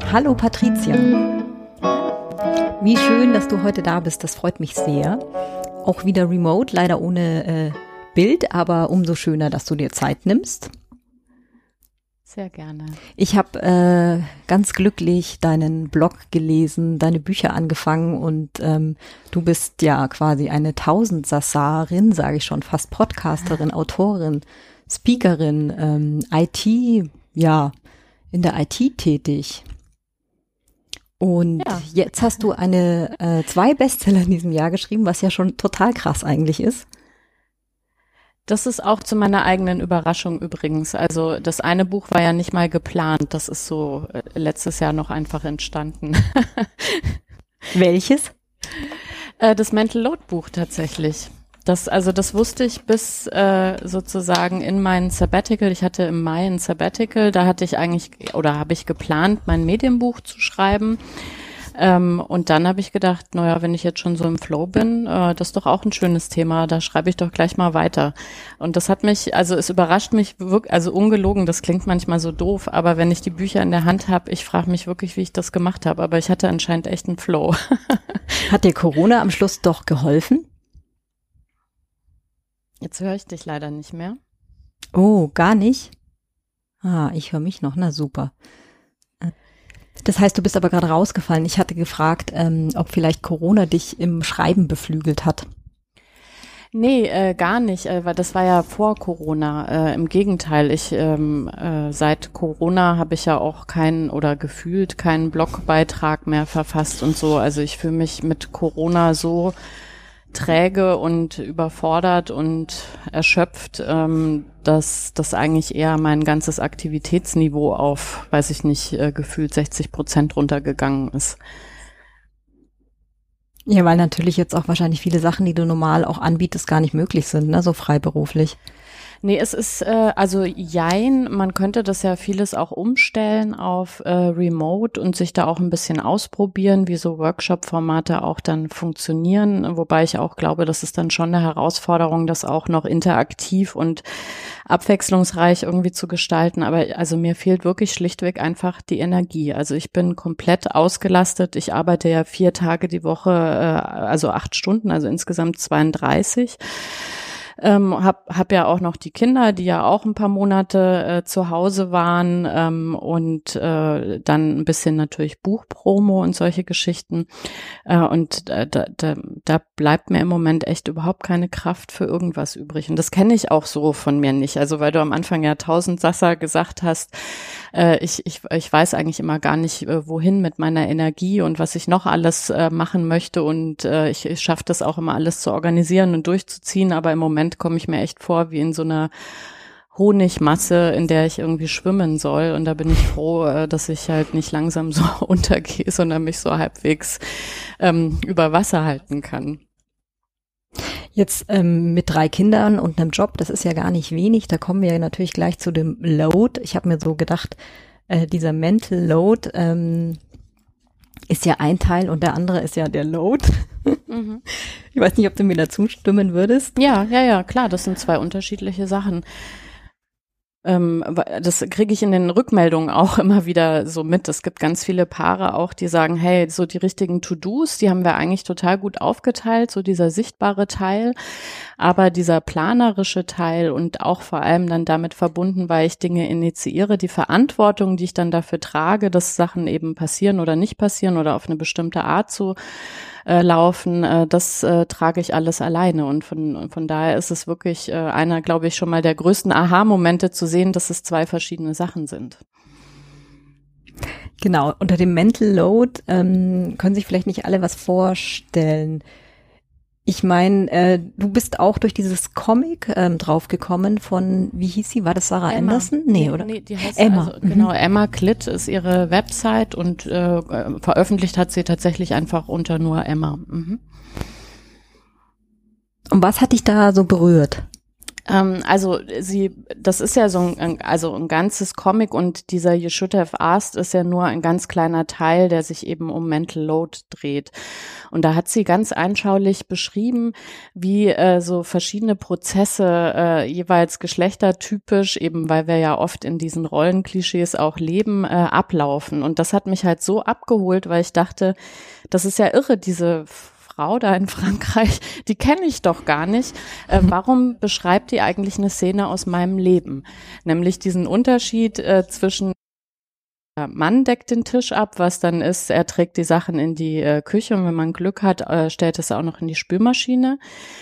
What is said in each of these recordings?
Hallo Patricia. Wie schön, dass du heute da bist. Das freut mich sehr. Auch wieder remote, leider ohne Bild, aber umso schöner, dass du dir Zeit nimmst. Sehr gerne. Ich habe ganz glücklich deinen Blog gelesen, deine Bücher angefangen und du bist ja quasi eine Tausendsassarin, sage ich schon, fast Podcasterin, Autorin, Speakerin, IT, ja, in der IT tätig. Und jetzt hast du 2 Bestseller in diesem Jahr geschrieben, was ja schon total krass eigentlich ist. Das ist auch zu meiner eigenen Überraschung übrigens. Also das eine Buch war ja nicht mal geplant. Das ist so letztes Jahr noch einfach entstanden. Welches? Das Mental Load Buch tatsächlich. Das wusste ich bis sozusagen in meinen Sabbatical. Ich hatte im Mai ein Sabbatical. Da habe ich geplant, mein Medienbuch zu schreiben. Und dann habe ich gedacht, wenn ich jetzt schon so im Flow bin, das ist doch auch ein schönes Thema, da schreibe ich doch gleich mal weiter. Und das hat mich, es überrascht mich wirklich, also ungelogen, das klingt manchmal so doof, aber wenn ich die Bücher in der Hand habe, ich frage mich wirklich, wie ich das gemacht habe, aber ich hatte anscheinend echt einen Flow. Hat dir Corona am Schluss doch geholfen? Jetzt höre ich dich leider nicht mehr. Oh, gar nicht? Ich höre mich noch, na super. Das heißt, du bist aber gerade rausgefallen. Ich hatte gefragt, ob vielleicht Corona dich im Schreiben beflügelt hat. Nee, gar nicht, weil das war ja vor Corona. Im Gegenteil, seit Corona habe ich ja auch gefühlt keinen Blogbeitrag mehr verfasst und so. Also ich fühle mich mit Corona so träge und überfordert und erschöpft, dass das eigentlich eher mein ganzes Aktivitätsniveau auf, gefühlt 60% runtergegangen ist. Ja, weil natürlich jetzt auch wahrscheinlich viele Sachen, die du normal auch anbietest, gar nicht möglich sind, ne, so freiberuflich. Nee, es ist, man könnte das ja vieles auch umstellen auf Remote und sich da auch ein bisschen ausprobieren, wie so Workshop-Formate auch dann funktionieren, wobei ich auch glaube, das ist dann schon eine Herausforderung, das auch noch interaktiv und abwechslungsreich irgendwie zu gestalten, aber also mir fehlt wirklich schlichtweg einfach die Energie. Also ich bin komplett ausgelastet, ich arbeite ja 4 Tage die Woche, also 8 Stunden, also insgesamt 32. Hab ja auch noch die Kinder, die ja auch ein paar Monate zu Hause waren und dann ein bisschen natürlich Buchpromo und solche Geschichten und da bleibt mir im Moment echt überhaupt keine Kraft für irgendwas übrig und das kenne ich auch so von mir nicht. Also weil du am Anfang ja Tausendsasser gesagt hast, ich weiß eigentlich immer gar nicht, wohin mit meiner Energie und was ich noch alles machen möchte und ich schaffe das auch immer alles zu organisieren und durchzuziehen, aber im Moment komme ich mir echt vor wie in so einer Honigmasse, in der ich irgendwie schwimmen soll und da bin ich froh, dass ich halt nicht langsam so untergehe, sondern mich so halbwegs über Wasser halten kann. Jetzt mit 3 Kindern und einem Job, das ist ja gar nicht wenig, da kommen wir ja natürlich gleich zu dem Load. Ich habe mir so gedacht, dieser Mental Load ist ja ein Teil und der andere ist ja der Load. Mhm. Ich weiß nicht, ob du mir dazu stimmen würdest. Ja, klar, das sind 2 unterschiedliche Sachen. Das kriege ich in den Rückmeldungen auch immer wieder so mit. Es gibt ganz viele Paare auch, die sagen, hey, so die richtigen To-Dos, die haben wir eigentlich total gut aufgeteilt, so dieser sichtbare Teil, aber dieser planerische Teil und auch vor allem dann damit verbunden, weil ich Dinge initiiere, die Verantwortung, die ich dann dafür trage, dass Sachen eben passieren oder nicht passieren oder auf eine bestimmte Art zu laufen, das trage ich alles alleine und von daher ist es wirklich einer, glaube ich, schon mal der größten Aha-Momente zu sehen, dass es 2 verschiedene Sachen sind. Genau, unter dem Mental Load können sich vielleicht nicht alle was vorstellen. Ich meine, du bist auch durch dieses Comic draufgekommen von, wie hieß sie? War das Sarah Anderson? Nee, oder? Nee, die heißt Emma. Genau, Emma Klitt ist ihre Website und veröffentlicht hat sie tatsächlich einfach unter nur Emma. Mhm. Und was hat dich da so berührt? Also das ist ja so ein ganzes Comic, und dieser You Should Have Asked ist ja nur ein ganz kleiner Teil, der sich eben um Mental Load dreht. Und da hat sie ganz anschaulich beschrieben, wie so verschiedene Prozesse jeweils geschlechtertypisch, eben weil wir ja oft in diesen Rollenklischees auch leben, ablaufen. Und das hat mich halt so abgeholt, weil ich dachte, das ist ja irre, diese Frau da in Frankreich, die kenne ich doch gar nicht. Warum beschreibt die eigentlich eine Szene aus meinem Leben? Nämlich diesen Unterschied zwischen Mann deckt den Tisch ab, was dann ist, er trägt die Sachen in die Küche, und wenn man Glück hat, stellt es auch noch in die Spülmaschine.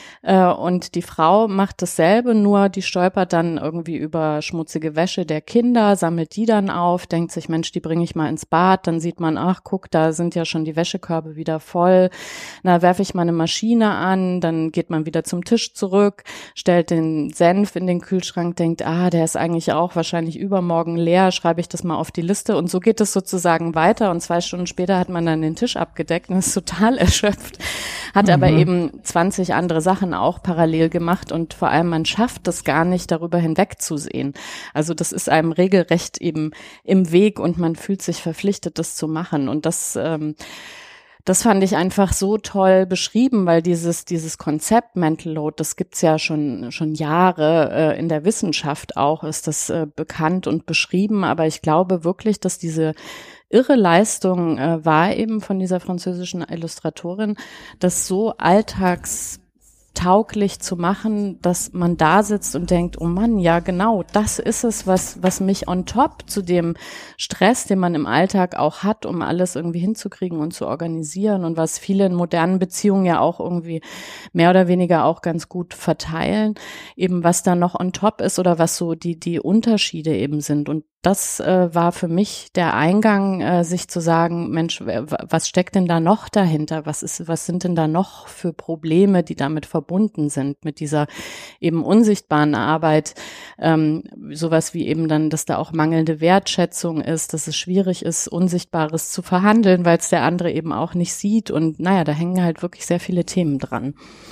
Und die Frau macht dasselbe, nur die stolpert dann irgendwie über schmutzige Wäsche der Kinder, sammelt die dann auf, denkt sich, Mensch, die bringe ich mal ins Bad. Dann sieht man, ach guck, da sind ja schon die Wäschekörbe wieder voll. Na, werfe ich mal eine Maschine an, dann geht man wieder zum Tisch zurück, stellt den Senf in den Kühlschrank, denkt, der ist eigentlich auch wahrscheinlich übermorgen leer, schreibe ich das mal auf die Liste. Und so geht es sozusagen weiter, und 2 Stunden später hat man dann den Tisch abgedeckt und ist total erschöpft, hat aber eben 20 andere Sachen auch parallel gemacht, und vor allem man schafft das gar nicht, darüber hinwegzusehen. Also das ist einem regelrecht eben im Weg, und man fühlt sich verpflichtet, das zu machen. Und das fand ich einfach so toll beschrieben, weil dieses Konzept Mental Load, das gibt's ja schon Jahre, in der Wissenschaft auch ist das bekannt und beschrieben, aber ich glaube wirklich, dass diese irre Leistung war eben von dieser französischen Illustratorin, das so alltagstauglich zu machen, dass man da sitzt und denkt, oh Mann, ja genau, das ist es, was mich on top zu dem Stress, den man im Alltag auch hat, um alles irgendwie hinzukriegen und zu organisieren, und was viele in modernen Beziehungen ja auch irgendwie mehr oder weniger auch ganz gut verteilen, eben was da noch on top ist oder was so die Unterschiede eben sind. Und das war für mich der Eingang, sich zu sagen, Mensch, was steckt denn da noch dahinter? Was sind denn da noch für Probleme, die damit verbunden sind, mit dieser eben unsichtbaren Arbeit? Sowas wie eben dann, dass da auch mangelnde Wertschätzung ist, dass es schwierig ist, Unsichtbares zu verhandeln, weil es der andere eben auch nicht sieht. Und naja, da hängen halt wirklich sehr viele Themen dran.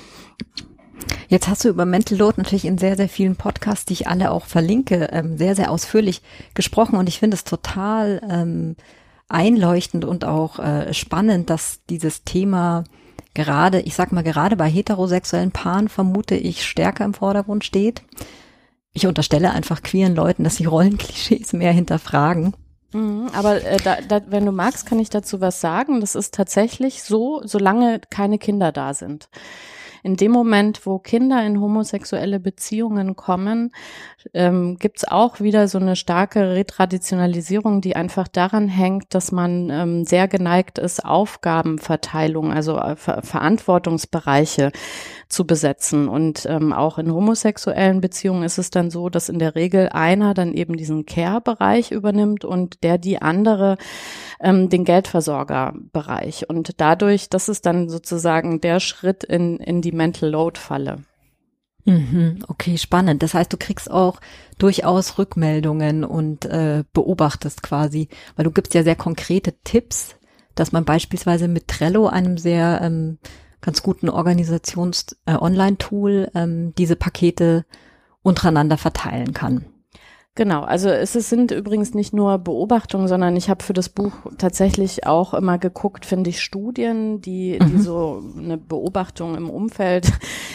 Jetzt hast du über Mental Load natürlich in sehr, sehr vielen Podcasts, die ich alle auch verlinke, sehr, sehr ausführlich gesprochen, und ich finde es total einleuchtend und auch spannend, dass dieses Thema gerade bei heterosexuellen Paaren, vermute ich, stärker im Vordergrund steht. Ich unterstelle einfach queeren Leuten, dass sie Rollenklischees mehr hinterfragen. Aber wenn du magst, kann ich dazu was sagen. Das ist tatsächlich so, solange keine Kinder da sind. In dem Moment, wo Kinder in homosexuelle Beziehungen kommen, gibt's auch wieder so eine starke Retraditionalisierung, die einfach daran hängt, dass man sehr geneigt ist, Aufgabenverteilung, also Verantwortungsbereiche zu besetzen. Und auch in homosexuellen Beziehungen ist es dann so, dass in der Regel einer dann eben diesen Care-Bereich übernimmt und die andere den Geldversorgerbereich. Und dadurch, das ist dann sozusagen der Schritt in die Mental Load-Falle. Okay, spannend. Das heißt, du kriegst auch durchaus Rückmeldungen und beobachtest quasi, weil du gibst ja sehr konkrete Tipps, dass man beispielsweise mit Trello, einem sehr ganz guten Organisations-Online-Tool, diese Pakete untereinander verteilen kann. Genau, also es sind übrigens nicht nur Beobachtungen, sondern ich habe für das Buch tatsächlich auch immer geguckt, finde ich, Studien, die so eine Beobachtung im Umfeld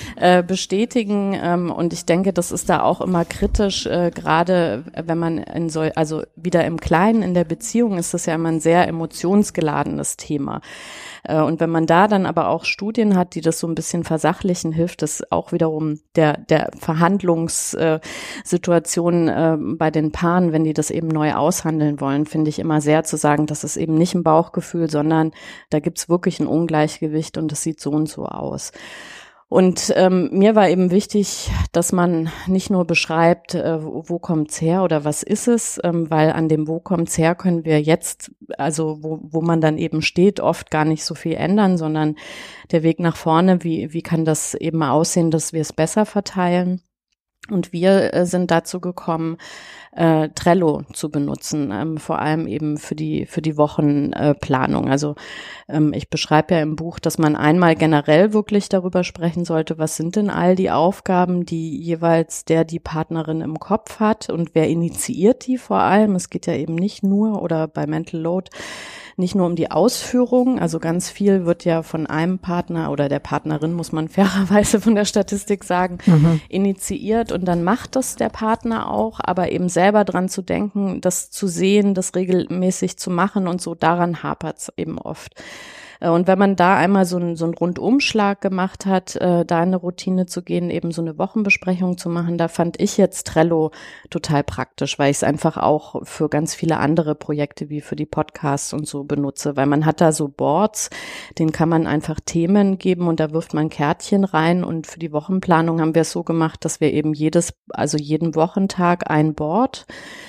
bestätigen, und ich denke, das ist da auch immer kritisch, gerade wenn man also wieder im Kleinen in der Beziehung ist das ja immer ein sehr emotionsgeladenes Thema. Und wenn man da dann aber auch Studien hat, die das so ein bisschen versachlichen, hilft das auch wiederum der Verhandlungssituation bei den Paaren, wenn die das eben neu aushandeln wollen, finde ich immer sehr zu sagen, das ist eben nicht ein Bauchgefühl, sondern da gibt's wirklich ein Ungleichgewicht und das sieht so und so aus. Und mir war eben wichtig, dass man nicht nur beschreibt, wo kommt's her oder was ist es, weil an dem wo kommt's her können wir jetzt, also wo man dann eben steht, oft gar nicht so viel ändern, sondern der Weg nach vorne, wie kann das eben aussehen, dass wir es besser verteilen. Und wir sind dazu gekommen, Trello zu benutzen, vor allem eben für die Wochenplanung. Also ich beschreibe ja im Buch, dass man einmal generell wirklich darüber sprechen sollte, was sind denn all die Aufgaben, die jeweils die Partnerin im Kopf hat und wer initiiert die vor allem. Es geht ja eben nicht nur oder bei Mental Load nicht nur um die Ausführung, also ganz viel wird ja von einem Partner oder der Partnerin, muss man fairerweise von der Statistik sagen, initiiert und dann macht das der Partner auch, aber eben selber dran zu denken, das zu sehen, das regelmäßig zu machen und so, daran hapert es eben oft. Und wenn man da einmal so einen Rundumschlag gemacht hat, da in eine Routine zu gehen, eben so eine Wochenbesprechung zu machen, da fand ich jetzt Trello total praktisch, weil ich es einfach auch für ganz viele andere Projekte wie für die Podcasts und so benutze, weil man hat da so Boards, denen kann man einfach Themen geben und da wirft man Kärtchen rein und für die Wochenplanung haben wir es so gemacht, dass wir eben jeden Wochentag ein Board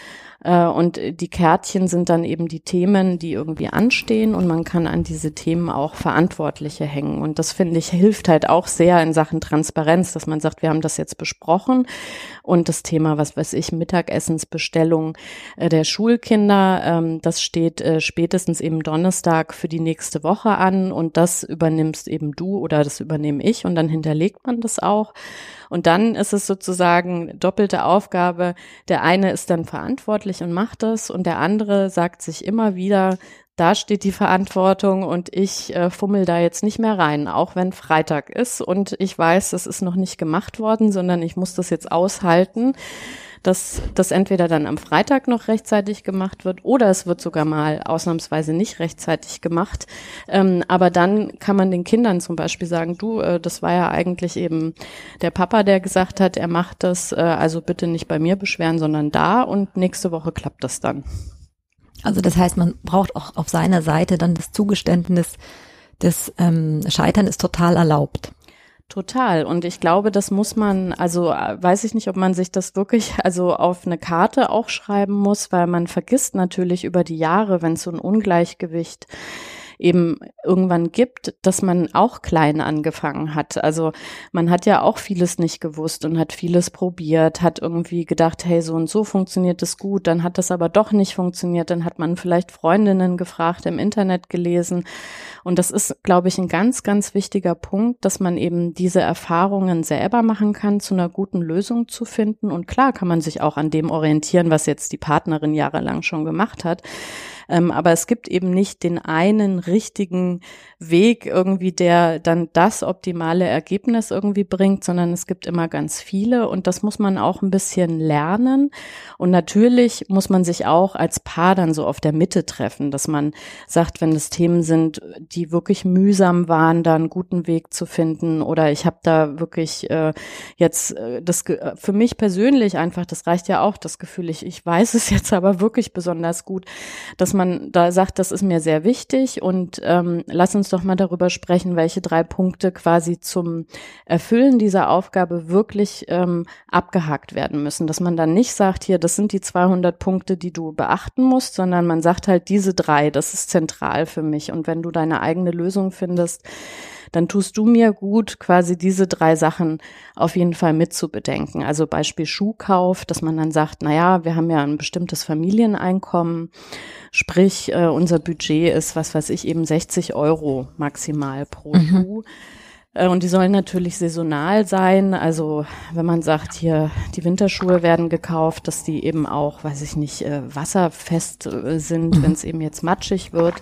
und die Kärtchen sind dann eben die Themen, die irgendwie anstehen und man kann an diese Themen auch Verantwortliche hängen. Und das, finde ich, hilft halt auch sehr in Sachen Transparenz, dass man sagt, wir haben das jetzt besprochen und das Thema, was weiß ich, Mittagessensbestellung der Schulkinder, das steht spätestens eben Donnerstag für die nächste Woche an und das übernimmst eben du oder das übernehme ich und dann hinterlegt man das auch. Und dann ist es sozusagen doppelte Aufgabe. Der eine ist dann verantwortlich und macht das und der andere sagt sich immer wieder, da steht die Verantwortung und ich fummel da jetzt nicht mehr rein, auch wenn Freitag ist und ich weiß, das ist noch nicht gemacht worden, sondern ich muss das jetzt aushalten, dass das entweder dann am Freitag noch rechtzeitig gemacht wird oder es wird sogar mal ausnahmsweise nicht rechtzeitig gemacht. Aber dann kann man den Kindern zum Beispiel sagen, du, das war ja eigentlich eben der Papa, der gesagt hat, er macht das, also bitte nicht bei mir beschweren, sondern da und nächste Woche klappt das dann. Also das heißt, man braucht auch auf seiner Seite dann das Zugeständnis, das Scheitern ist total erlaubt. Total. Und ich glaube, das muss man, also weiß ich nicht, ob man sich das wirklich also auf eine Karte auch schreiben muss, weil man vergisst natürlich über die Jahre, wenn es so ein Ungleichgewicht eben irgendwann gibt, dass man auch klein angefangen hat. Also man hat ja auch vieles nicht gewusst und hat vieles probiert, hat irgendwie gedacht, hey, so und so funktioniert das gut, dann hat das aber doch nicht funktioniert, dann hat man vielleicht Freundinnen gefragt, im Internet gelesen. Und das ist, glaube ich, ein ganz, ganz wichtiger Punkt, dass man eben diese Erfahrungen selber machen kann, zu einer guten Lösung zu finden. Und klar kann man sich auch an dem orientieren, was jetzt die Partnerin jahrelang schon gemacht hat. Aber es gibt eben nicht den einen richtigen Weg irgendwie, der dann das optimale Ergebnis irgendwie bringt, sondern es gibt immer ganz viele und das muss man auch ein bisschen lernen. Und natürlich muss man sich auch als Paar dann so auf der Mitte treffen, dass man sagt, wenn es Themen sind, die wirklich mühsam waren, da einen guten Weg zu finden oder ich habe da wirklich jetzt das für mich persönlich einfach, das reicht ja auch, das Gefühl, ich weiß es jetzt aber wirklich besonders gut, dass man da sagt, das ist mir sehr wichtig und lass uns doch mal darüber sprechen, welche 3 Punkte quasi zum Erfüllen dieser Aufgabe wirklich abgehakt werden müssen. Dass man dann nicht sagt, hier, das sind die 200 Punkte, die du beachten musst, sondern man sagt halt diese 3, das ist zentral für mich. Und wenn du deine eigene Lösung findest, dann tust du mir gut, quasi diese 3 Sachen auf jeden Fall mitzubedenken. Also Beispiel Schuhkauf, dass man dann sagt, naja, wir haben ja ein bestimmtes Familieneinkommen, sprich unser Budget ist, was weiß ich, eben 60 € maximal pro Schuh. Und die sollen natürlich saisonal sein. Also wenn man sagt, hier die Winterschuhe werden gekauft, dass die eben auch, weiß ich nicht, wasserfest sind, wenn es eben jetzt matschig wird.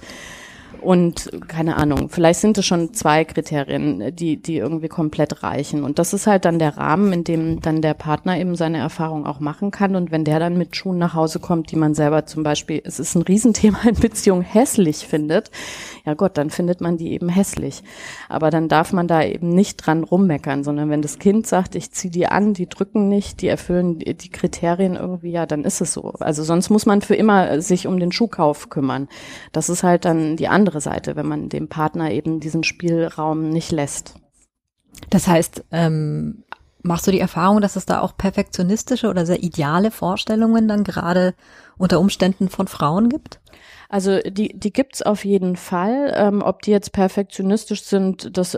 Und keine Ahnung, vielleicht sind es schon 2 Kriterien, die irgendwie komplett reichen. Und das ist halt dann der Rahmen, in dem dann der Partner eben seine Erfahrung auch machen kann. Und wenn der dann mit Schuhen nach Hause kommt, die man selber zum Beispiel, es ist ein Riesenthema in Beziehung, hässlich findet, ja Gott, dann findet man die eben hässlich. Aber dann darf man da eben nicht dran rummeckern, sondern wenn das Kind sagt, ich ziehe die an, die drücken nicht, die erfüllen die Kriterien irgendwie, ja, dann ist es so. Also sonst muss man für immer sich um den Schuhkauf kümmern. Das ist halt dann die andere Seite, wenn man dem Partner eben diesen Spielraum nicht lässt. Das heißt, machst du die Erfahrung, dass es da auch perfektionistische oder sehr ideale Vorstellungen dann gerade unter Umständen von Frauen gibt? Also die gibt's auf jeden Fall. Ob die jetzt perfektionistisch sind, das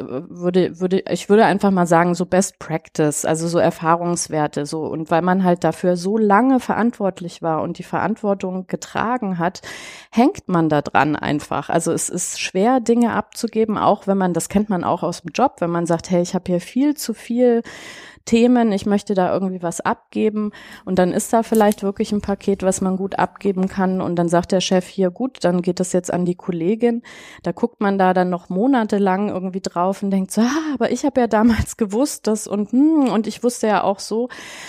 ich würde einfach mal sagen, so Best Practice, also so Erfahrungswerte, so. Und weil man halt dafür so lange verantwortlich war und die Verantwortung getragen hat, hängt man da dran einfach. Also es ist schwer, Dinge abzugeben, auch wenn man, das kennt man auch aus dem Job, wenn man sagt, hey, ich habe hier viel zu viel Themen, ich möchte da irgendwie was abgeben und dann ist da vielleicht wirklich ein Paket, was man gut abgeben kann und dann sagt der Chef hier, gut, dann geht das jetzt an die Kollegin. Da guckt man da dann noch monatelang irgendwie drauf und denkt so, aber ich habe ja damals gewusst, das und ich wusste ja auch so.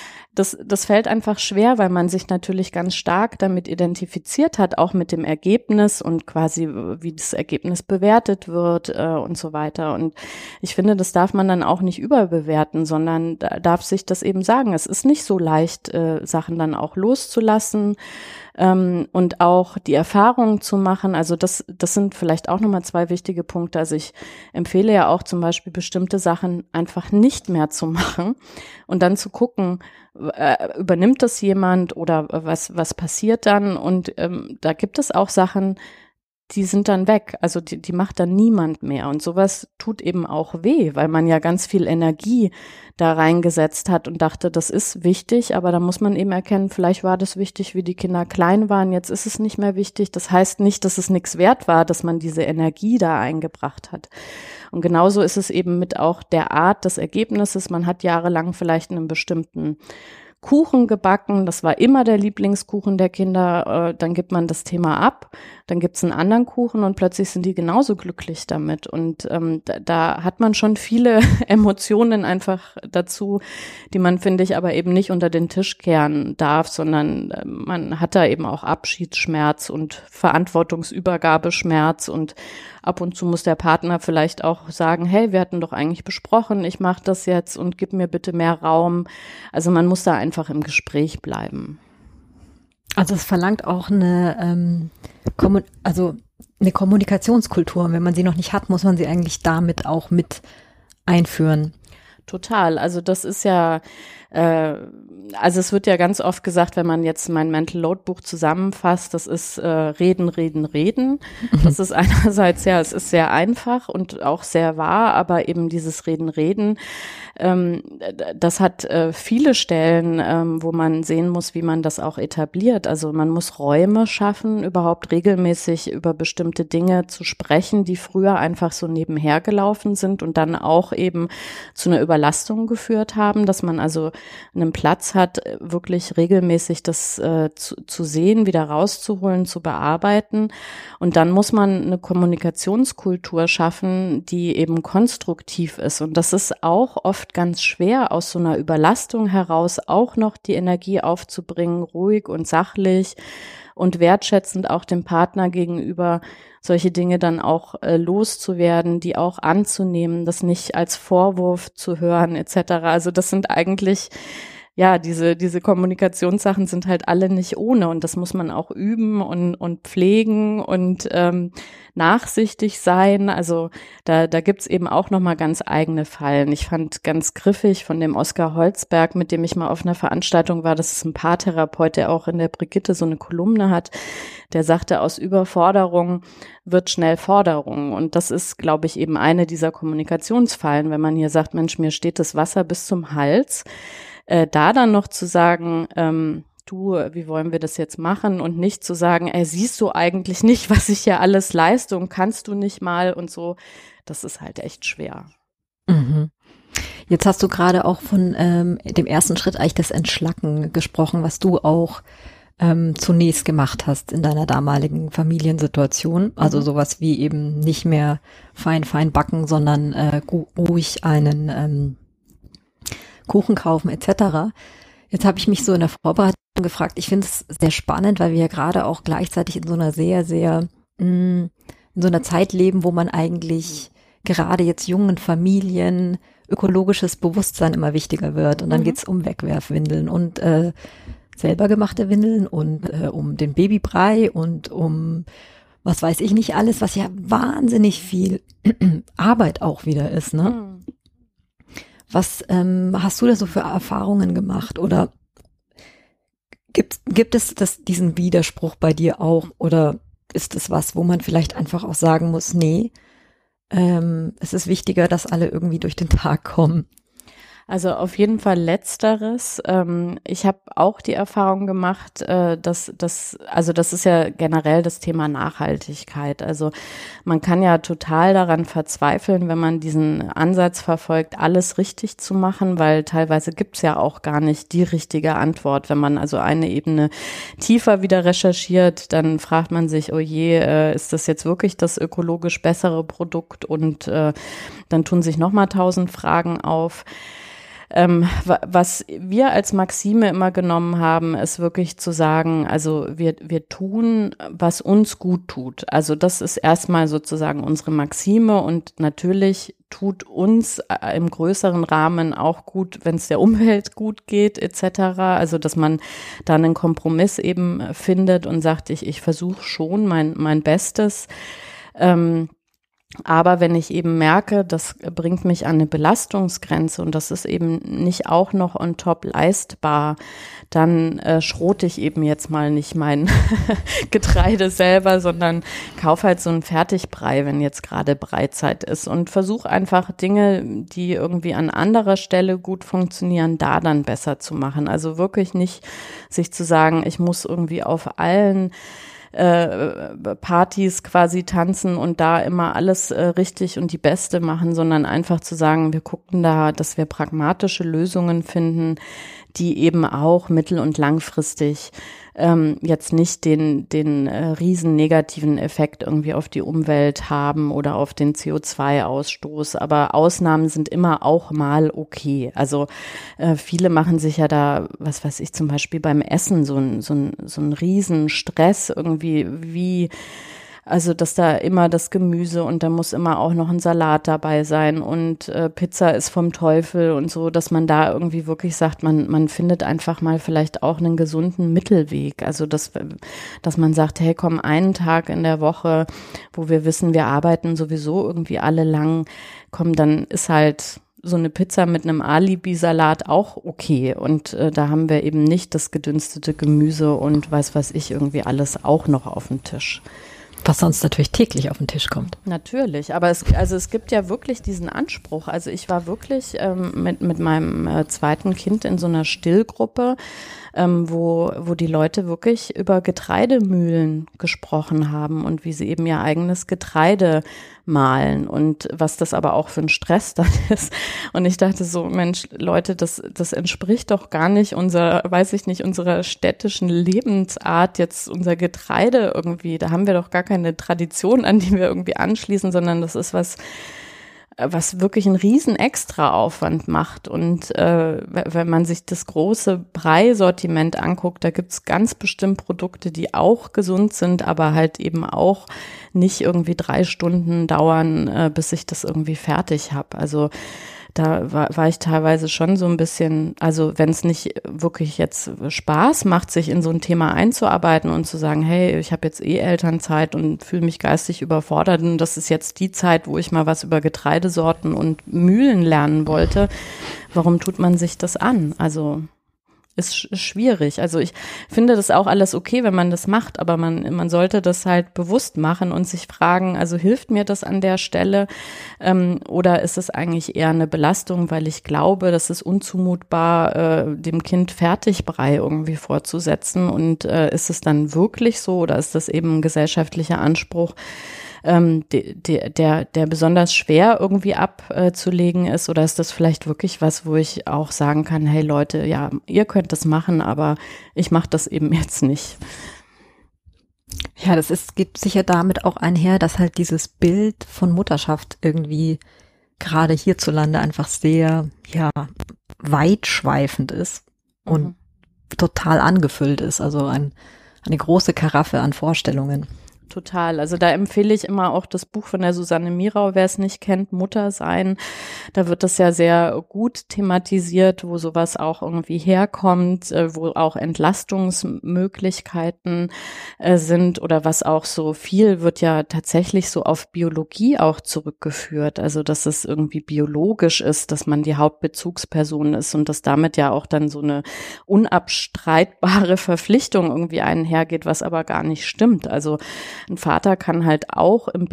Das fällt einfach schwer, weil man sich natürlich ganz stark damit identifiziert hat, auch mit dem Ergebnis und quasi, wie das Ergebnis bewertet wird und so weiter. Und ich finde, das darf man dann auch nicht überbewerten, sondern darf sich das eben sagen. Es ist nicht so leicht, Sachen dann auch loszulassen und auch die Erfahrung zu machen. Also das sind vielleicht auch nochmal 2 wichtige Punkte. Also ich empfehle ja auch zum Beispiel bestimmte Sachen einfach nicht mehr zu machen und dann zu gucken, übernimmt das jemand oder was passiert dann? Und da gibt es auch Sachen, die sind dann weg. Also die macht dann niemand mehr. Und sowas tut eben auch weh, weil man ja ganz viel Energie da reingesetzt hat und dachte, das ist wichtig, aber da muss man eben erkennen, vielleicht war das wichtig, wie die Kinder klein waren, jetzt ist es nicht mehr wichtig. Das heißt nicht, dass es nichts wert war, dass man diese Energie da eingebracht hat. Und genauso ist es eben mit auch der Art des Ergebnisses. Man hat jahrelang vielleicht einen bestimmten Kuchen gebacken, das war immer der Lieblingskuchen der Kinder, dann gibt man das Thema ab, dann gibt's einen anderen Kuchen und plötzlich sind die genauso glücklich damit und da hat man schon viele Emotionen einfach dazu, die man, finde ich, aber eben nicht unter den Tisch kehren darf, sondern man hat da eben auch Abschiedsschmerz und Verantwortungsübergabeschmerz und ab und zu muss der Partner vielleicht auch sagen, hey, wir hatten doch eigentlich besprochen, ich mache das jetzt und gib mir bitte mehr Raum. Also man muss da einfach im Gespräch bleiben. Also es verlangt auch eine Kommunikationskultur. Und wenn man sie noch nicht hat, muss man sie eigentlich damit auch mit einführen. Total. Also das ist ja, also es wird ja ganz oft gesagt, wenn man jetzt mein Mental Load Buch zusammenfasst, das ist Reden, Reden, Reden. Das ist einerseits, ja, es ist sehr einfach und auch sehr wahr, aber eben dieses Reden, Reden, das hat viele Stellen, wo man sehen muss, wie man das auch etabliert. Also man muss Räume schaffen, überhaupt regelmäßig über bestimmte Dinge zu sprechen, die früher einfach so nebenher gelaufen sind und dann auch eben zu einer Überlastung geführt haben, dass man also einen Platz hat, wirklich regelmäßig das zu sehen, wieder rauszuholen, zu bearbeiten. Und dann muss man eine Kommunikationskultur schaffen, die eben konstruktiv ist. Und das ist auch oft ganz schwer, aus so einer Überlastung heraus auch noch die Energie aufzubringen, ruhig und sachlich und wertschätzend auch dem Partner gegenüber solche Dinge dann auch loszuwerden, die auch anzunehmen, das nicht als Vorwurf zu hören etc. Also das sind eigentlich, ja, diese Kommunikationssachen sind halt alle nicht ohne und das muss man auch üben und pflegen und nachsichtig sein. Also da gibt's eben auch nochmal ganz eigene Fallen. Ich fand ganz griffig von dem Oskar Holzberg, mit dem ich mal auf einer Veranstaltung war, das ist ein Paartherapeut, der auch in der Brigitte so eine Kolumne hat, der sagte, aus Überforderung wird schnell Forderung. Und das ist, glaube ich, eben eine dieser Kommunikationsfallen, wenn man hier sagt, Mensch, mir steht das Wasser bis zum Hals. Da dann noch zu sagen, du, wie wollen wir das jetzt machen und nicht zu sagen, siehst du eigentlich nicht, was ich hier alles leiste und kannst du nicht mal und so, das ist halt echt schwer. Mhm. Jetzt hast du gerade auch von dem ersten Schritt eigentlich das Entschlacken gesprochen, was du auch zunächst gemacht hast in deiner damaligen Familiensituation. Also sowas wie eben nicht mehr fein backen, sondern ruhig einen Kuchen kaufen etc. Jetzt habe ich mich so in der Vorbereitung gefragt, ich finde es sehr spannend, weil wir ja gerade auch gleichzeitig in so einer in so einer Zeit leben, wo man eigentlich gerade jetzt jungen Familien ökologisches Bewusstsein immer wichtiger wird. Und dann geht's um Wegwerfwindeln und selber gemachte Windeln und um den Babybrei und um was weiß ich nicht alles, was ja wahnsinnig viel Arbeit auch wieder ist, ne? Was hast du da so für Erfahrungen gemacht? Oder Gibt es diesen Widerspruch bei dir auch oder ist es was, wo man vielleicht einfach auch sagen muss, nee, es ist wichtiger, dass alle irgendwie durch den Tag kommen? Also auf jeden Fall Letzteres. Ich habe auch die Erfahrung gemacht, dass das ist ja generell das Thema Nachhaltigkeit. Also man kann ja total daran verzweifeln, wenn man diesen Ansatz verfolgt, alles richtig zu machen, weil teilweise gibt's ja auch gar nicht die richtige Antwort. Wenn man also eine Ebene tiefer wieder recherchiert, dann fragt man sich, oh je, ist das jetzt wirklich das ökologisch bessere Produkt? Und dann tun sich nochmal 1000 Fragen auf. Was wir als Maxime immer genommen haben, ist wirklich zu sagen, also wir tun, was uns gut tut. Also das ist erstmal sozusagen unsere Maxime und natürlich tut uns im größeren Rahmen auch gut, wenn es der Umwelt gut geht etc. Also dass man da einen Kompromiss eben findet und sagt, ich versuche schon mein Bestes. Aber wenn ich eben merke, das bringt mich an eine Belastungsgrenze und das ist eben nicht auch noch on top leistbar, dann schrote ich eben jetzt mal nicht mein Getreide selber, sondern kaufe halt so einen Fertigbrei, wenn jetzt gerade Breizeit ist und versuche einfach Dinge, die irgendwie an anderer Stelle gut funktionieren, da dann besser zu machen. Also wirklich nicht sich zu sagen, ich muss irgendwie auf allen Partys quasi tanzen und da immer alles richtig und die Beste machen, sondern einfach zu sagen, wir gucken da, dass wir pragmatische Lösungen finden, die eben auch mittel- und langfristig jetzt nicht den riesen negativen Effekt irgendwie auf die Umwelt haben oder auf den CO2-Ausstoß. Aber Ausnahmen sind immer auch mal okay. Also viele machen sich ja da, was weiß ich, zum Beispiel beim Essen so ein riesen Stress irgendwie, also dass da immer das Gemüse und da muss immer auch noch ein Salat dabei sein und Pizza ist vom Teufel und so, dass man da irgendwie wirklich sagt, man findet einfach mal vielleicht auch einen gesunden Mittelweg. Also dass man sagt, hey komm, einen Tag in der Woche, wo wir wissen, wir arbeiten sowieso irgendwie alle lang, komm, dann ist halt so eine Pizza mit einem Alibi-Salat auch okay. Und da haben wir eben nicht das gedünstete Gemüse und weiß ich irgendwie alles auch noch auf dem Tisch. Was sonst natürlich täglich auf den Tisch kommt. Natürlich, aber es gibt ja wirklich diesen Anspruch. Also ich war wirklich mit meinem zweiten Kind in so einer Stillgruppe, wo die Leute wirklich über Getreidemühlen gesprochen haben und wie sie eben ihr eigenes Getreide mahlen und was das aber auch für ein Stress dann ist. Und ich dachte so, Mensch, Leute, das entspricht doch gar nicht unserer städtischen Lebensart, jetzt unser Getreide irgendwie. Da haben wir doch gar keine Tradition, an die wir irgendwie anschließen, sondern das ist was wirklich einen riesen Extraaufwand macht. Und wenn man sich das große Brei-Sortiment anguckt, da gibt's ganz bestimmt Produkte, die auch gesund sind, aber halt eben auch nicht irgendwie 3 Stunden dauern, bis ich das irgendwie fertig habe. Also da war ich teilweise schon so ein bisschen, also wenn es nicht wirklich jetzt Spaß macht, sich in so ein Thema einzuarbeiten und zu sagen, hey, ich habe jetzt Elternzeit und fühle mich geistig überfordert und das ist jetzt die Zeit, wo ich mal was über Getreidesorten und Mühlen lernen wollte. Warum tut man sich das an? Also ist schwierig. Also ich finde das auch alles okay, wenn man das macht, aber man sollte das halt bewusst machen und sich fragen, also hilft mir das an der Stelle oder ist es eigentlich eher eine Belastung, weil ich glaube, das ist unzumutbar, dem Kind Fertigbrei irgendwie vorzusetzen und ist es dann wirklich so oder ist das eben ein gesellschaftlicher Anspruch, der besonders schwer irgendwie abzulegen ist, oder ist das vielleicht wirklich was, wo ich auch sagen kann, hey Leute, ja, ihr könnt das machen, aber ich mache das eben jetzt nicht. Ja, geht sicher damit auch einher, dass halt dieses Bild von Mutterschaft irgendwie gerade hierzulande einfach sehr, ja, weitschweifend ist und total angefüllt ist, also eine große Karaffe an Vorstellungen. total. Also da empfehle ich immer auch das Buch von der Susanne Mirau, wer es nicht kennt, Mutter sein. Da wird das ja sehr gut thematisiert, wo sowas auch irgendwie herkommt, wo auch Entlastungsmöglichkeiten sind oder was auch so viel wird ja tatsächlich so auf Biologie auch zurückgeführt. Also dass es irgendwie biologisch ist, dass man die Hauptbezugsperson ist und dass damit ja auch dann so eine unabstreitbare Verpflichtung irgendwie einhergeht, was aber gar nicht stimmt. Also ein Vater kann halt auch im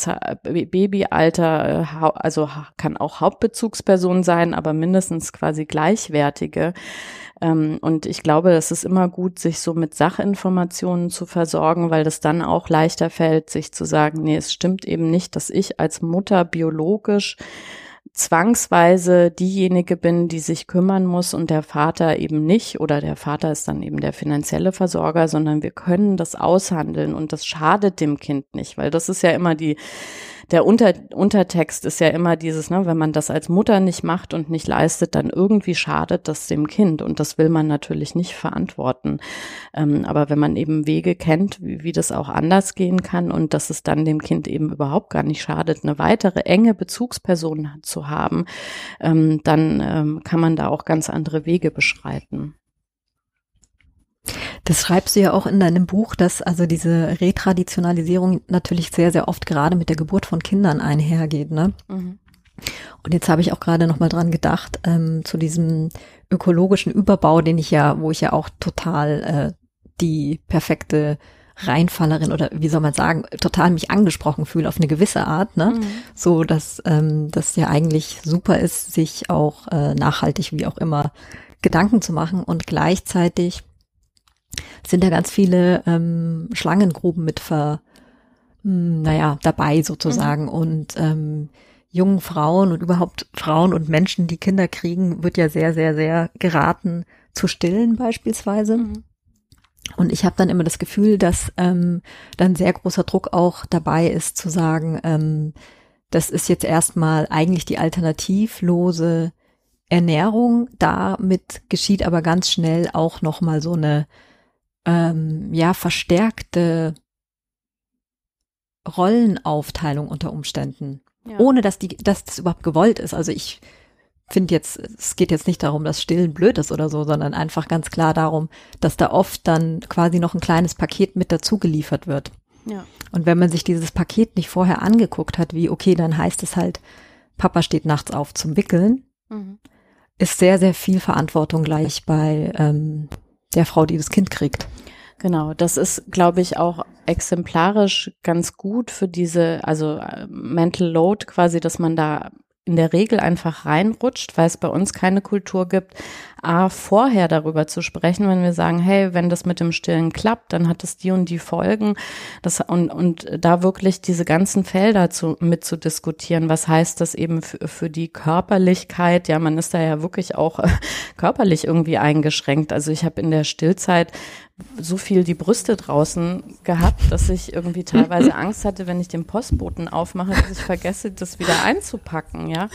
Babyalter, also kann auch Hauptbezugsperson sein, aber mindestens quasi gleichwertige. Und ich glaube, es ist immer gut, sich so mit Sachinformationen zu versorgen, weil das dann auch leichter fällt, sich zu sagen, nee, es stimmt eben nicht, dass ich als Mutter biologisch zwangsweise diejenige bin, die sich kümmern muss und der Vater eben nicht oder der Vater ist dann eben der finanzielle Versorger, sondern wir können das aushandeln und das schadet dem Kind nicht, weil das ist ja immer der Untertext ist ja immer dieses, ne, wenn man das als Mutter nicht macht und nicht leistet, dann irgendwie schadet das dem Kind und das will man natürlich nicht verantworten. Aber wenn man eben Wege kennt, wie das auch anders gehen kann und dass es dann dem Kind eben überhaupt gar nicht schadet, eine weitere enge Bezugsperson zu haben, dann kann man da auch ganz andere Wege beschreiten. Das schreibst du ja auch in deinem Buch, dass also diese Retraditionalisierung natürlich sehr, sehr oft gerade mit der Geburt von Kindern einhergeht, ne? Mhm. Und jetzt habe ich auch gerade noch mal dran gedacht, zu diesem ökologischen Überbau, wo ich ja auch total die perfekte Reinfallerin oder wie soll man sagen, total mich angesprochen fühle auf eine gewisse Art, ne? Mhm. So, dass das ja eigentlich super ist, sich auch nachhaltig, wie auch immer, Gedanken zu machen und gleichzeitig sind da ganz viele Schlangengruben mit dabei sozusagen. Mhm. Und jungen Frauen und überhaupt Frauen und Menschen, die Kinder kriegen, wird ja sehr, sehr, sehr geraten zu stillen beispielsweise. Mhm. Und ich habe dann immer das Gefühl, dass dann sehr großer Druck auch dabei ist zu sagen, das ist jetzt erstmal eigentlich die alternativlose Ernährung. Damit geschieht aber ganz schnell auch nochmal so eine verstärkte Rollenaufteilung unter Umständen, ohne dass das überhaupt gewollt ist. Also ich finde jetzt, es geht jetzt nicht darum, dass Stillen blöd ist oder so, sondern einfach ganz klar darum, dass da oft dann quasi noch ein kleines Paket mit dazu geliefert wird. Ja. Und wenn man sich dieses Paket nicht vorher angeguckt hat, wie okay, dann heißt es halt, Papa steht nachts auf zum Wickeln, ist sehr, sehr viel Verantwortung gleich bei der Frau, die das Kind kriegt. Genau, das ist, glaube ich, auch exemplarisch ganz gut für diese, also Mental Load quasi, dass man da in der Regel einfach reinrutscht, weil es bei uns keine Kultur gibt, vorher darüber zu sprechen, wenn wir sagen, hey, wenn das mit dem Stillen klappt, dann hat es die und die Folgen, und da wirklich diese ganzen Felder mit zu diskutieren, was heißt das eben für die Körperlichkeit, ja, man ist da ja wirklich auch körperlich irgendwie eingeschränkt, also ich habe in der Stillzeit so viel die Brüste draußen gehabt, dass ich irgendwie teilweise Angst hatte, wenn ich den Postboten aufmache, dass ich vergesse, das wieder einzupacken, ja.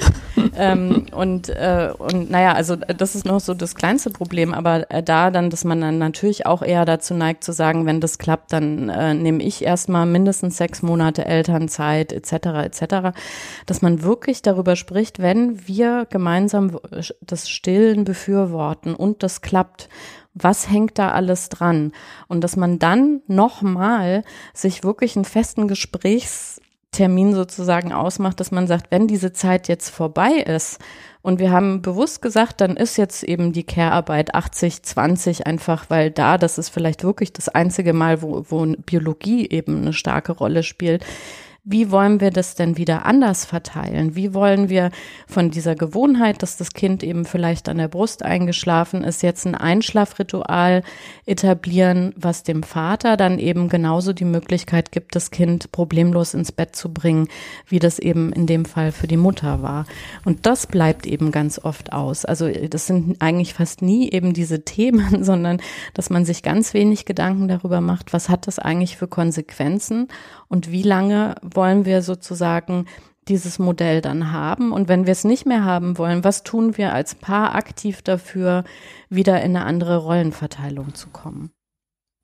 Und naja, also das ist noch so das kleinste Problem, aber dass man dann natürlich auch eher dazu neigt zu sagen, wenn das klappt, dann nehme ich erstmal mindestens 6 Monate Elternzeit etc., dass man wirklich darüber spricht, wenn wir gemeinsam das Stillen befürworten und das klappt, was hängt da alles dran? Und dass man dann nochmal sich wirklich einen festen Gesprächstermin sozusagen ausmacht, dass man sagt, wenn diese Zeit jetzt vorbei ist und wir haben bewusst gesagt, dann ist jetzt eben die Care-Arbeit 80-20 einfach, weil das ist vielleicht wirklich das einzige Mal, wo Biologie eben eine starke Rolle spielt. Wie wollen wir das denn wieder anders verteilen? Wie wollen wir von dieser Gewohnheit, dass das Kind eben vielleicht an der Brust eingeschlafen ist, jetzt ein Einschlafritual etablieren, was dem Vater dann eben genauso die Möglichkeit gibt, das Kind problemlos ins Bett zu bringen, wie das eben in dem Fall für die Mutter war. Und das bleibt eben ganz oft aus. Also das sind eigentlich fast nie eben diese Themen, sondern dass man sich ganz wenig Gedanken darüber macht, was hat das eigentlich für Konsequenzen und wie lange wollen wir sozusagen dieses Modell dann haben? Und wenn wir es nicht mehr haben wollen, was tun wir als Paar aktiv dafür, wieder in eine andere Rollenverteilung zu kommen?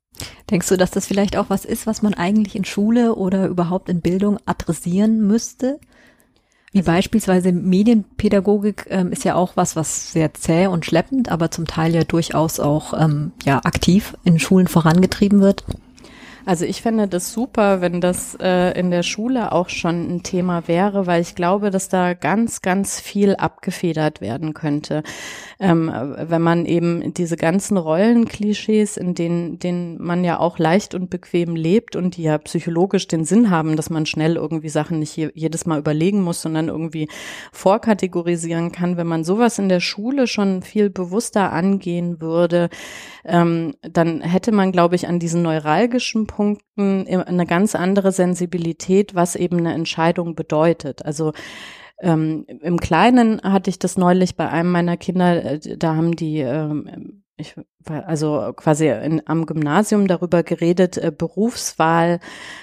Denkst du, dass das vielleicht auch was ist, was man eigentlich in Schule oder überhaupt in Bildung adressieren müsste? Wie beispielsweise Medienpädagogik ist ja auch was sehr zäh und schleppend, aber zum Teil ja durchaus auch aktiv in Schulen vorangetrieben wird. Also ich fände das super, wenn das in der Schule auch schon ein Thema wäre, weil ich glaube, dass da ganz, ganz viel abgefedert werden könnte. Wenn man eben diese ganzen Rollenklischees, in denen man ja auch leicht und bequem lebt und die ja psychologisch den Sinn haben, dass man schnell irgendwie Sachen nicht jedes Mal überlegen muss, sondern irgendwie vorkategorisieren kann, wenn man sowas in der Schule schon viel bewusster angehen würde, dann hätte man, glaube ich, an diesen neuralgischen Punkten eine ganz andere Sensibilität, was eben eine Entscheidung bedeutet. Also im Kleinen hatte ich das neulich bei einem meiner Kinder, da haben die quasi am Gymnasium darüber geredet, Berufswahl,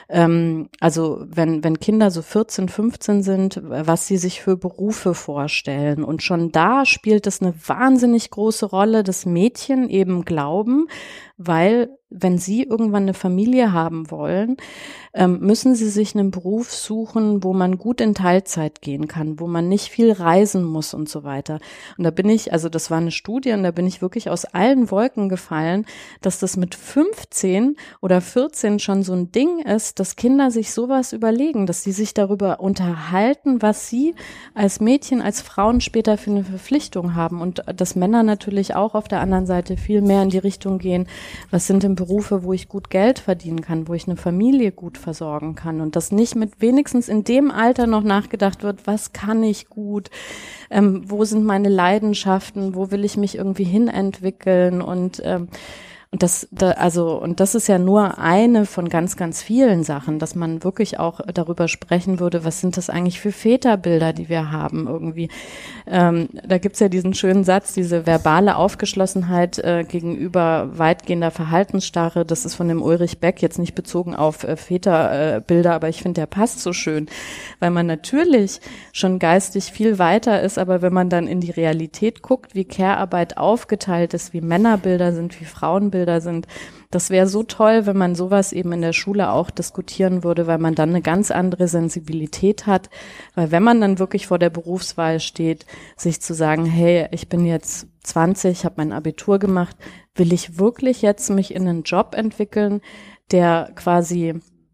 also wenn Kinder so 14, 15 sind, was sie sich für Berufe vorstellen. Und schon da spielt es eine wahnsinnig große Rolle, dass Mädchen eben glauben, weil wenn sie irgendwann eine Familie haben wollen, müssen sie sich einen Beruf suchen, wo man gut in Teilzeit gehen kann, wo man nicht viel reisen muss und so weiter. Und da bin ich, also das war eine Studie und da bin ich wirklich aus allen Wolken gefallen, dass das mit 15 oder 14 schon so ein Ding ist, dass Kinder sich sowas überlegen, dass sie sich darüber unterhalten, was sie als Mädchen, als Frauen später für eine Verpflichtung haben und dass Männer natürlich auch auf der anderen Seite viel mehr in die Richtung gehen, was sind denn Berufe, wo ich gut Geld verdienen kann, wo ich eine Familie gut versorgen kann und dass nicht mit wenigstens in dem Alter noch nachgedacht wird, was kann ich gut, wo sind meine Leidenschaften, wo will ich mich irgendwie hinentwickeln und das ist ja nur eine von ganz, ganz vielen Sachen, dass man wirklich auch darüber sprechen würde, was sind das eigentlich für Väterbilder, die wir haben irgendwie. Da gibt's ja diesen schönen Satz, diese verbale Aufgeschlossenheit gegenüber weitgehender Verhaltensstarre, das ist von dem Ulrich Beck, jetzt nicht bezogen auf Väterbilder, aber ich finde, der passt so schön, weil man natürlich schon geistig viel weiter ist, aber wenn man dann in die Realität guckt, wie Care-Arbeit aufgeteilt ist, wie Männerbilder sind, wie Frauenbilder sind. Das wäre so toll, wenn man sowas eben in der Schule auch diskutieren würde, weil man dann eine ganz andere Sensibilität hat. Weil wenn man dann wirklich vor der Berufswahl steht, sich zu sagen, hey, ich bin jetzt 20, habe mein Abitur gemacht, will ich wirklich jetzt mich in einen Job entwickeln, der quasi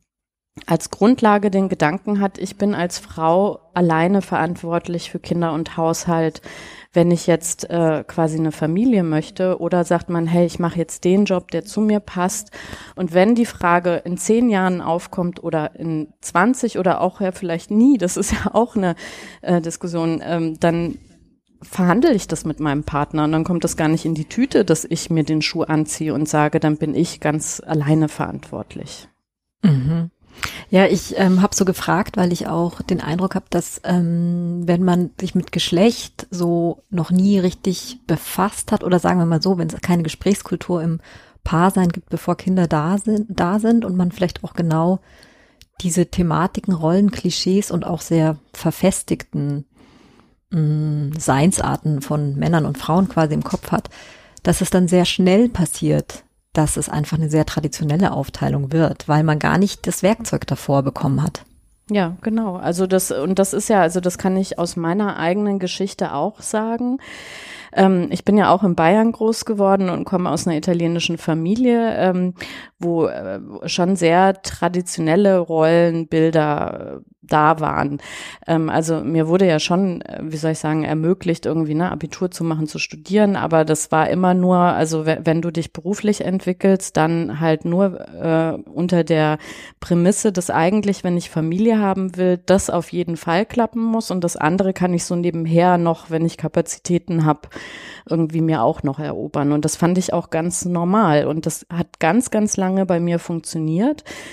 als Grundlage den Gedanken hat, ich bin als Frau alleine verantwortlich für Kinder und Haushalt, wenn ich jetzt quasi eine Familie möchte, oder sagt man, hey, ich mache jetzt den Job, der zu mir passt, und wenn die Frage in 10 Jahren aufkommt oder in 20 oder auch ja vielleicht nie, das ist ja auch eine Diskussion, dann verhandle ich das mit meinem Partner und dann kommt das gar nicht in die Tüte, dass ich mir den Schuh anziehe und sage, dann bin ich ganz alleine verantwortlich. Mhm. Ja, ich habe so gefragt, weil ich auch den Eindruck habe, dass wenn man sich mit Geschlecht so noch nie richtig befasst hat, oder sagen wir mal so, wenn es keine Gesprächskultur im Paarsein gibt, bevor Kinder da sind und man vielleicht auch genau diese Thematiken, Rollen, Klischees und auch sehr verfestigten Seinsarten von Männern und Frauen quasi im Kopf hat, dass es dann sehr schnell passiert, dass es einfach eine sehr traditionelle Aufteilung wird, weil man gar nicht das Werkzeug davor bekommen hat. Ja, genau. Also das ist ja, also das kann ich aus meiner eigenen Geschichte auch sagen. Ich bin ja auch in Bayern groß geworden und komme aus einer italienischen Familie, wo schon sehr traditionelle Rollenbilder da waren. Also mir wurde ja schon, wie soll ich sagen, ermöglicht, irgendwie Abitur zu machen, zu studieren, aber das war immer nur, also wenn du dich beruflich entwickelst, dann halt nur unter der Prämisse, dass eigentlich, wenn ich Familie haben will, das auf jeden Fall klappen muss und das andere kann ich so nebenher noch, wenn ich Kapazitäten habe, irgendwie mir auch noch erobern. Und das fand ich auch ganz normal und das hat ganz, ganz lange bei mir funktioniert.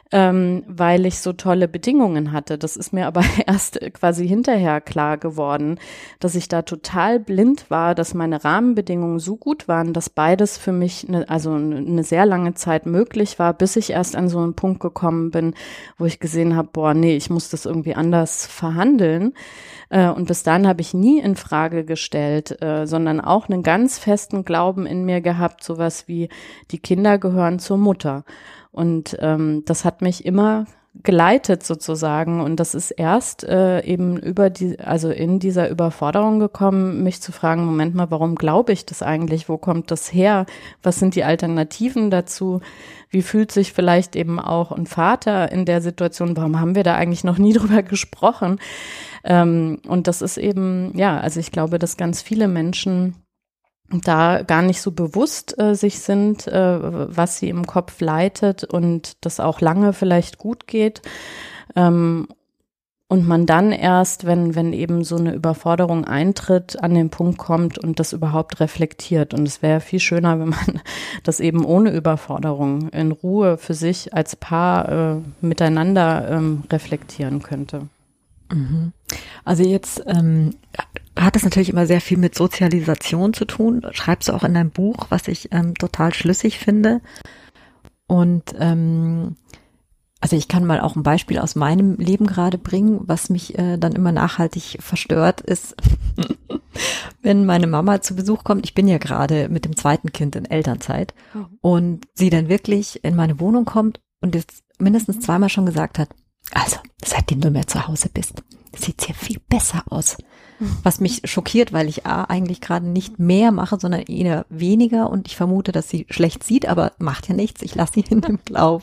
weil ich so tolle Bedingungen hatte. Das ist mir aber erst quasi hinterher klar geworden, dass ich da total blind war, dass meine Rahmenbedingungen so gut waren, dass beides für mich eine sehr lange Zeit möglich war, bis ich erst an so einen Punkt gekommen bin, wo ich gesehen habe, boah, nee, ich muss das irgendwie anders verhandeln. Und bis dahin habe ich nie in Frage gestellt, sondern auch einen ganz festen Glauben in mir gehabt, sowas wie, die Kinder gehören zur Mutter. Und das hat mich immer geleitet sozusagen, und das ist erst eben in dieser Überforderung gekommen, mich zu fragen, Moment mal, warum glaube ich das eigentlich? Wo kommt das her? Was sind die Alternativen dazu? Wie fühlt sich vielleicht eben auch ein Vater in der Situation? Warum haben wir da eigentlich noch nie drüber gesprochen? Und das ist eben, also ich glaube, dass ganz viele Menschen da gar nicht so bewusst sich sind, was sie im Kopf leitet und das auch lange vielleicht gut geht. Und man dann erst, wenn eben so eine Überforderung eintritt, an den Punkt kommt und das überhaupt reflektiert. Und es wäre viel schöner, wenn man das eben ohne Überforderung in Ruhe für sich als Paar miteinander reflektieren könnte. Also jetzt hat es natürlich immer sehr viel mit Sozialisation zu tun. Schreibst du auch in deinem Buch, was ich total schlüssig finde. Und also ich kann mal auch ein Beispiel aus meinem Leben gerade bringen, was mich dann immer nachhaltig verstört, ist, wenn meine Mama zu Besuch kommt. Ich bin ja gerade mit dem zweiten Kind in Elternzeit und sie dann wirklich in meine Wohnung kommt und jetzt mindestens zweimal schon gesagt hat, also, seitdem du mehr zu Hause bist, sieht's hier viel besser aus. Was mich schockiert, weil ich eigentlich gerade nicht mehr mache, sondern eher weniger, und ich vermute, dass sie schlecht sieht, aber macht ja nichts, ich lasse sie in dem Glauben.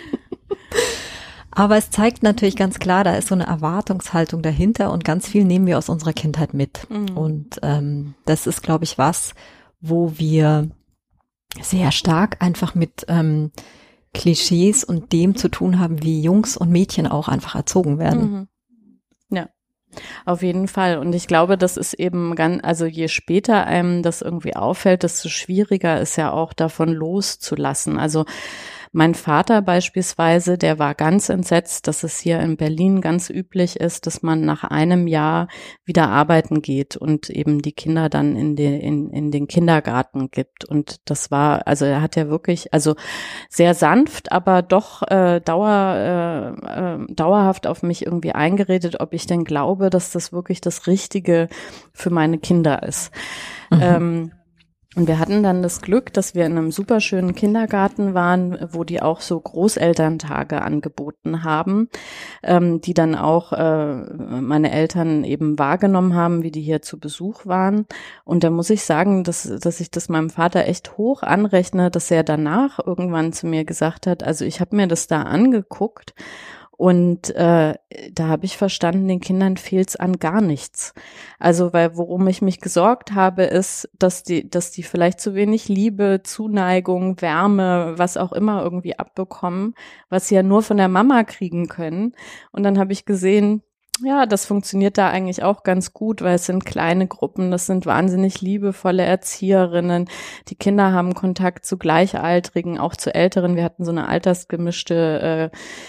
Aber es zeigt natürlich ganz klar, da ist so eine Erwartungshaltung dahinter und ganz viel nehmen wir aus unserer Kindheit mit. Und das ist, glaube ich, was, wo wir sehr stark einfach mit Klischees und dem zu tun haben, wie Jungs und Mädchen auch einfach erzogen werden. Ja, auf jeden Fall. Und ich glaube, das ist eben also je später einem das irgendwie auffällt, desto schwieriger ist ja auch davon loszulassen. Also mein Vater beispielsweise, der war ganz entsetzt, dass es hier in Berlin ganz üblich ist, dass man nach einem Jahr wieder arbeiten geht und eben die Kinder dann in den Kindergarten gibt. Und das war, also er hat ja wirklich, also sehr sanft, aber doch dauerhaft auf mich irgendwie eingeredet, ob ich denn glaube, dass das wirklich das Richtige für meine Kinder ist. Und wir hatten dann das Glück, dass wir in einem super schönen Kindergarten waren, wo die auch so Großelterntage angeboten haben, die dann auch meine Eltern eben wahrgenommen haben, wie die hier zu Besuch waren. Und da muss ich sagen, dass ich das meinem Vater echt hoch anrechne, dass er danach irgendwann zu mir gesagt hat, also ich habe mir das da angeguckt. Und da habe ich verstanden, den Kindern fehlt's an gar nichts. Also, weil worum ich mich gesorgt habe, ist, dass die vielleicht zu wenig Liebe, Zuneigung, Wärme, was auch immer irgendwie abbekommen, was sie ja nur von der Mama kriegen können. Und dann habe ich gesehen, ja, das funktioniert da eigentlich auch ganz gut, weil es sind kleine Gruppen, das sind wahnsinnig liebevolle Erzieherinnen. Die Kinder haben Kontakt zu Gleichaltrigen, auch zu Älteren. Wir hatten so eine altersgemischte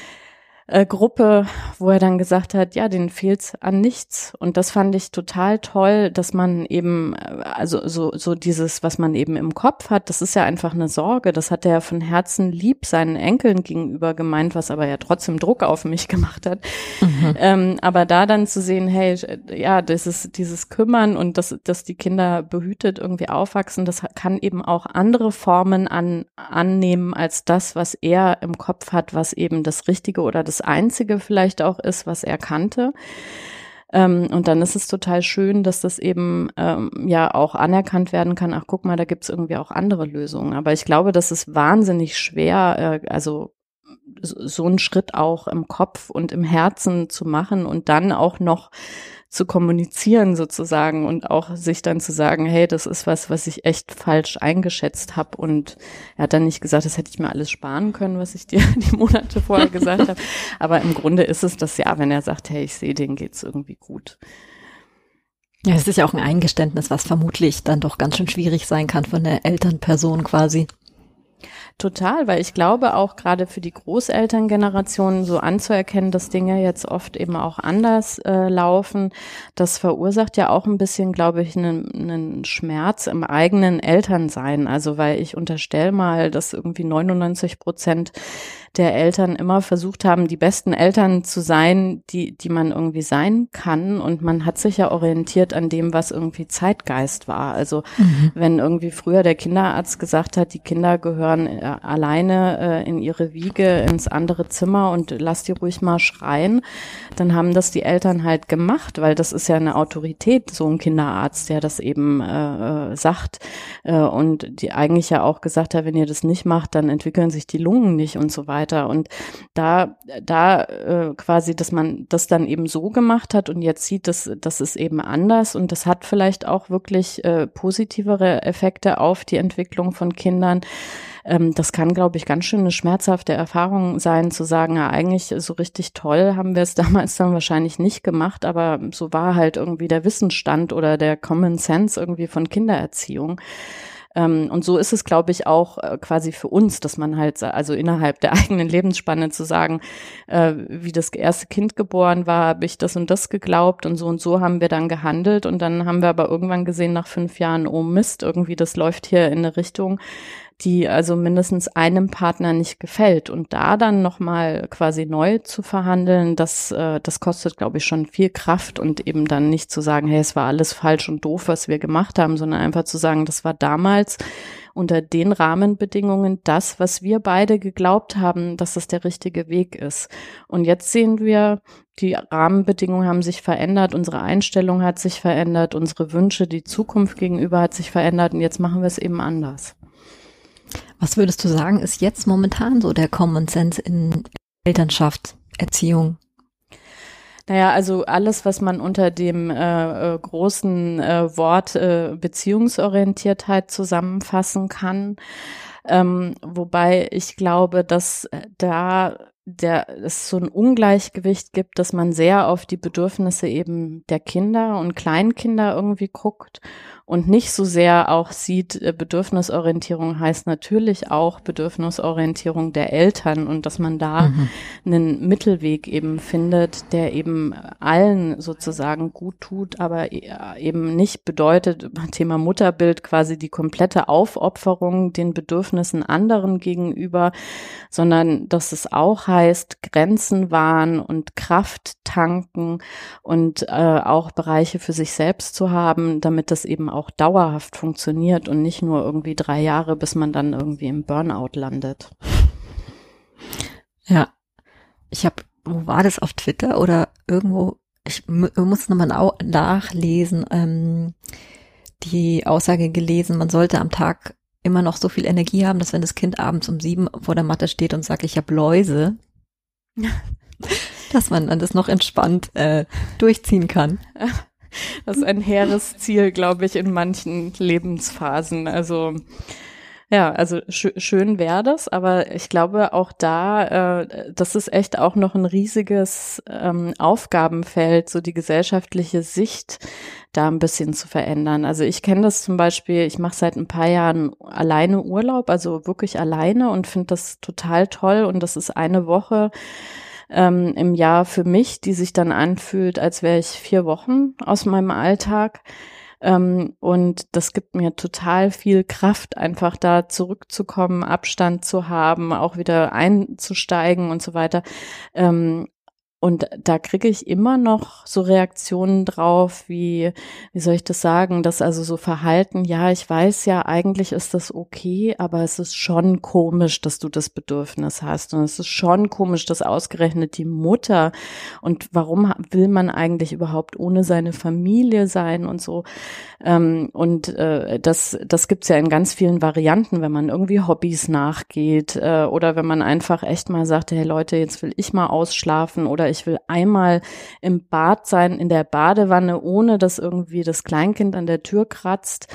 Gruppe, wo er dann gesagt hat, ja, denen fehlt's an nichts. Und das fand ich total toll, dass man eben, also so dieses, was man eben im Kopf hat, das ist ja einfach eine Sorge. Das hat er ja von Herzen lieb seinen Enkeln gegenüber gemeint, was aber ja trotzdem Druck auf mich gemacht hat. Aber da dann zu sehen, hey, ja, dieses Kümmern und dass die Kinder behütet irgendwie aufwachsen, das kann eben auch andere Formen annehmen als das, was er im Kopf hat, was eben das Richtige oder das Einzige vielleicht auch ist, was er kannte. Und dann ist es total schön, dass das eben ja auch anerkannt werden kann. Ach, guck mal, da gibt's irgendwie auch andere Lösungen. Aber ich glaube, das ist wahnsinnig schwer, also so einen Schritt auch im Kopf und im Herzen zu machen und dann auch noch zu kommunizieren sozusagen und auch sich dann zu sagen, hey, das ist was ich echt falsch eingeschätzt habe. Und er hat dann nicht gesagt, das hätte ich mir alles sparen können, was ich dir die Monate vorher gesagt habe. Aber im Grunde ist es das ja, wenn er sagt, hey, ich sehe, denen geht's irgendwie gut. Ja, es ist ja auch ein Eingeständnis, was vermutlich dann doch ganz schön schwierig sein kann von der Elternperson quasi. Total, weil ich glaube auch gerade für die Großelterngeneration so anzuerkennen, dass Dinge jetzt oft eben auch anders laufen, das verursacht ja auch ein bisschen, glaube ich, einen Schmerz im eigenen Elternsein. Also weil ich unterstelle mal, dass irgendwie 99% der Eltern immer versucht haben, die besten Eltern zu sein, die man irgendwie sein kann. Und man hat sich ja orientiert an dem, was irgendwie Zeitgeist war. Also wenn irgendwie früher der Kinderarzt gesagt hat, die Kinder gehören alleine in ihre Wiege ins andere Zimmer und lass die ruhig mal schreien, dann haben das die Eltern halt gemacht, weil das ist ja eine Autorität, so ein Kinderarzt, der das eben sagt und die eigentlich ja auch gesagt hat, wenn ihr das nicht macht, dann entwickeln sich die Lungen nicht und so weiter. Und da quasi, dass man das dann eben so gemacht hat und jetzt sieht, das ist eben anders und das hat vielleicht auch wirklich positivere Effekte auf die Entwicklung von Kindern. Das kann, glaube ich, ganz schön eine schmerzhafte Erfahrung sein, zu sagen, ja, eigentlich so richtig toll haben wir es damals dann wahrscheinlich nicht gemacht, aber so war halt irgendwie der Wissensstand oder der Common Sense irgendwie von Kindererziehung. Und so ist es, glaube ich, auch quasi für uns, dass man halt, also innerhalb der eigenen Lebensspanne zu sagen, wie das erste Kind geboren war, habe ich das und das geglaubt und so haben wir dann gehandelt und dann haben wir aber irgendwann gesehen nach 5 Jahren, oh Mist, irgendwie das läuft hier in eine Richtung, die also mindestens einem Partner nicht gefällt. Und da dann nochmal quasi neu zu verhandeln, das kostet, glaube ich, schon viel Kraft und eben dann nicht zu sagen, hey, es war alles falsch und doof, was wir gemacht haben, sondern einfach zu sagen, das war damals unter den Rahmenbedingungen das, was wir beide geglaubt haben, dass das der richtige Weg ist. Und jetzt sehen wir, die Rahmenbedingungen haben sich verändert, unsere Einstellung hat sich verändert, unsere Wünsche, die Zukunft gegenüber hat sich verändert und jetzt machen wir es eben anders. Was würdest du sagen, ist jetzt momentan so der Common Sense in Elternschaft, Erziehung? Naja, also alles, was man unter dem großen Wort Beziehungsorientiertheit zusammenfassen kann. Wobei ich glaube, dass es so ein Ungleichgewicht gibt, dass man sehr auf die Bedürfnisse eben der Kinder und Kleinkinder irgendwie guckt und nicht so sehr auch sieht, Bedürfnisorientierung heißt natürlich auch Bedürfnisorientierung der Eltern und dass man da einen Mittelweg eben findet, der eben allen sozusagen gut tut, aber eben nicht bedeutet, Thema Mutterbild, quasi die komplette Aufopferung den Bedürfnissen anderen gegenüber, sondern dass es auch heißt, Grenzen wahren und Kraft tanken und auch Bereiche für sich selbst zu haben, damit das eben auch dauerhaft funktioniert und nicht nur irgendwie 3 Jahre, bis man dann irgendwie im Burnout landet. Ja, wo war das, auf Twitter oder irgendwo, ich muss nochmal nachlesen, die Aussage gelesen, man sollte am Tag immer noch so viel Energie haben, dass wenn das Kind abends um 7 vor der Matte steht und sagt, ich habe Läuse, dass man dann das noch entspannt durchziehen kann. Das ist ein hehres Ziel, glaube ich, in manchen Lebensphasen. Also ja, also schön wäre das, aber ich glaube auch da, das ist echt auch noch ein riesiges Aufgabenfeld, so die gesellschaftliche Sicht da ein bisschen zu verändern. Also ich kenne das zum Beispiel, ich mache seit ein paar Jahren alleine Urlaub, also wirklich alleine und finde das total toll und das ist eine Woche im Jahr für mich, die sich dann anfühlt, als wäre ich 4 Wochen aus meinem Alltag. Und das gibt mir total viel Kraft, einfach da zurückzukommen, Abstand zu haben, auch wieder einzusteigen und so weiter. Und da kriege ich immer noch so Reaktionen drauf, wie soll ich das sagen, dass also so Verhalten, ja, ich weiß ja, eigentlich ist das okay, aber es ist schon komisch, dass du das Bedürfnis hast und es ist schon komisch, dass ausgerechnet die Mutter und warum will man eigentlich überhaupt ohne seine Familie sein und so. Das gibt's ja in ganz vielen Varianten, wenn man irgendwie Hobbys nachgeht oder wenn man einfach echt mal sagt, hey Leute, jetzt will ich mal ausschlafen oder ich will einmal im Bad sein, in der Badewanne, ohne dass irgendwie das Kleinkind an der Tür kratzt.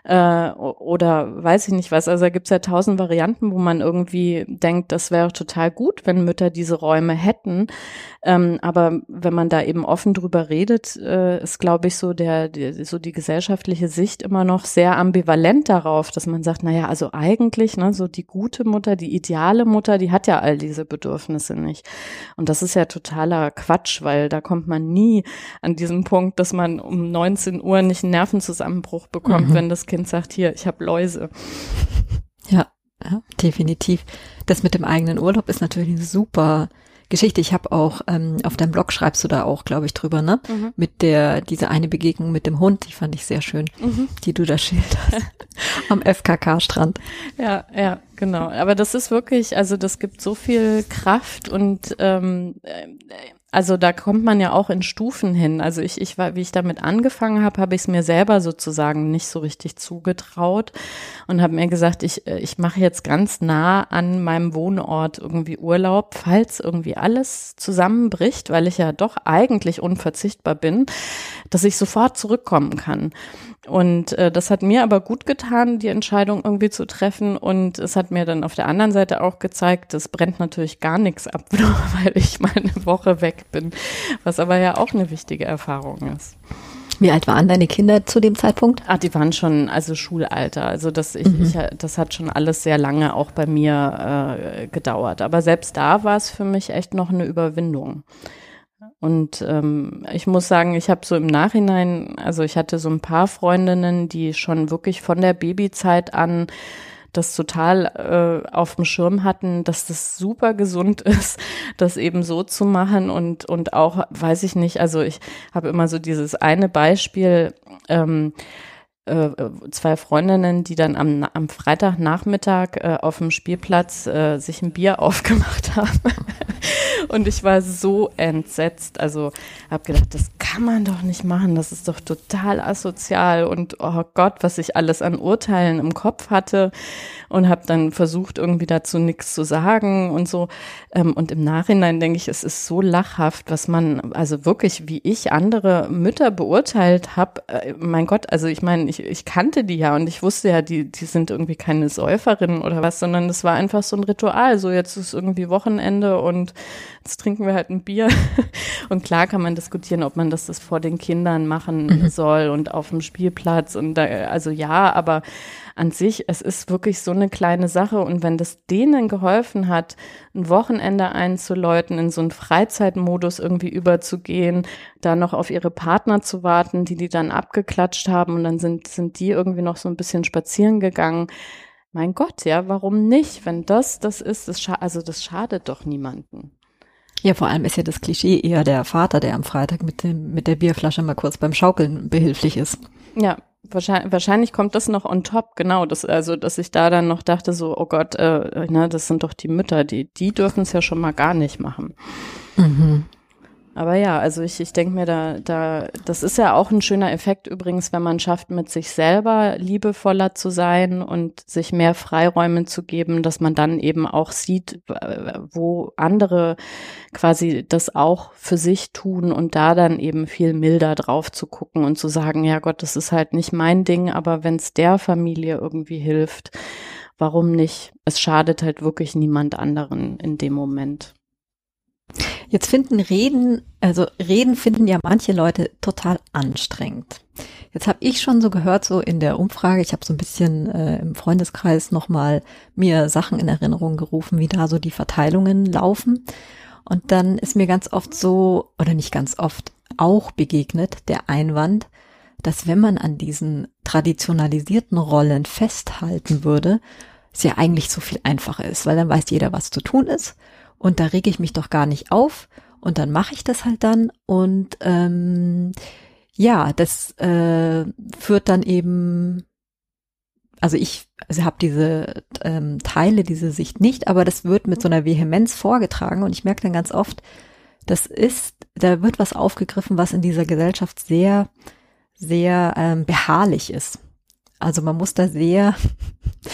oder weiß ich nicht was. Also da gibt's ja 1000 Varianten, wo man irgendwie denkt, das wäre total gut, wenn Mütter diese Räume hätten. Aber wenn man da eben offen drüber redet, ist, glaube ich, so die gesellschaftliche Sicht immer noch sehr ambivalent darauf, dass man sagt, naja, also eigentlich, ne, so die gute Mutter, die ideale Mutter, die hat ja all diese Bedürfnisse nicht. Und das ist ja totaler Quatsch, weil da kommt man nie an diesen Punkt, dass man um 19 Uhr nicht einen Nervenzusammenbruch bekommt, wenn das Kind sagt, hier, ich habe Läuse. Ja, definitiv. Das mit dem eigenen Urlaub ist natürlich eine super Geschichte. Ich habe auch, auf deinem Blog schreibst du da auch, glaube ich, drüber, ne? Mit diese eine Begegnung mit dem Hund, die fand ich sehr schön, die du da schilderst. Am FKK-Strand. Ja, genau. Aber das ist wirklich, also das gibt so viel Kraft und also da kommt man ja auch in Stufen hin. Also ich war, wie ich damit angefangen habe ich es mir selber sozusagen nicht so richtig zugetraut und habe mir gesagt, ich mache jetzt ganz nah an meinem Wohnort irgendwie Urlaub, falls irgendwie alles zusammenbricht, weil ich ja doch eigentlich unverzichtbar bin, dass ich sofort zurückkommen kann. Und das hat mir aber gut getan, die Entscheidung irgendwie zu treffen. Und es hat mir dann auf der anderen Seite auch gezeigt, es brennt natürlich gar nichts ab, nur weil ich mal eine Woche weg bin. Was aber ja auch eine wichtige Erfahrung ist. Wie alt waren deine Kinder zu dem Zeitpunkt? Die waren schon, also Schulalter. Also das hat schon alles sehr lange auch bei mir gedauert. Aber selbst da war es für mich echt noch eine Überwindung. Und ich muss sagen, ich habe so im Nachhinein, also ich hatte so ein paar Freundinnen, die schon wirklich von der Babyzeit an das total auf dem Schirm hatten, dass das super gesund ist, das eben so zu machen und auch, weiß ich nicht, also ich habe immer so dieses eine Beispiel, 2 Freundinnen, die dann am Freitagnachmittag auf dem Spielplatz sich ein Bier aufgemacht haben. Und ich war so entsetzt. Also habe gedacht, das kann man doch nicht machen. Das ist doch total asozial. Und oh Gott, was ich alles an Urteilen im Kopf hatte. Und habe dann versucht, irgendwie dazu nichts zu sagen und so. Und im Nachhinein denke ich, es ist so lachhaft, was man, also wirklich, wie ich andere Mütter beurteilt habe. Mein Gott, also ich meine, ich kannte die ja und ich wusste ja, die sind irgendwie keine Säuferinnen oder was, sondern das war einfach so ein Ritual. So, jetzt ist irgendwie Wochenende und jetzt trinken wir halt ein Bier. Und klar kann man diskutieren, ob man das vor den Kindern machen soll und auf dem Spielplatz und da, also ja, aber an sich, es ist wirklich so eine kleine Sache und wenn das denen geholfen hat, ein Wochenende einzuläuten, in so einen Freizeitmodus irgendwie überzugehen, da noch auf ihre Partner zu warten, die dann abgeklatscht haben und dann sind die irgendwie noch so ein bisschen spazieren gegangen. Mein Gott, ja, warum nicht? Wenn das ist, das schadet doch niemanden. Ja, vor allem ist ja das Klischee eher der Vater, der am Freitag mit der Bierflasche mal kurz beim Schaukeln behilflich ist. Ja, wahrscheinlich kommt das noch on top, genau, dass ich da dann noch dachte so, oh Gott, das sind doch die Mütter, die dürfen es ja schon mal gar nicht machen. Mhm. Aber ja, also ich denke mir, das ist ja auch ein schöner Effekt übrigens, wenn man schafft, mit sich selber liebevoller zu sein und sich mehr Freiräume zu geben, dass man dann eben auch sieht, wo andere quasi das auch für sich tun und da dann eben viel milder drauf zu gucken und zu sagen, ja Gott, das ist halt nicht mein Ding, aber wenn es der Familie irgendwie hilft, warum nicht? Es schadet halt wirklich niemand anderen in dem Moment. Jetzt Reden finden ja manche Leute total anstrengend. Jetzt habe ich schon so gehört, so in der Umfrage, ich habe so ein bisschen im Freundeskreis nochmal mir Sachen in Erinnerung gerufen, wie da so die Verteilungen laufen. Und dann ist mir ganz oft so, oder nicht ganz oft, auch begegnet der Einwand, dass wenn man an diesen traditionalisierten Rollen festhalten würde, es ja eigentlich so viel einfacher ist, weil dann weiß jeder, was zu tun ist. Und da rege ich mich doch gar nicht auf und dann mache ich das halt dann und das führt dann eben, also ich habe diese Teile, diese Sicht nicht, aber das wird mit so einer Vehemenz vorgetragen und ich merke dann ganz oft, da wird was aufgegriffen, was in dieser Gesellschaft sehr, sehr beharrlich ist. Also man muss da sehr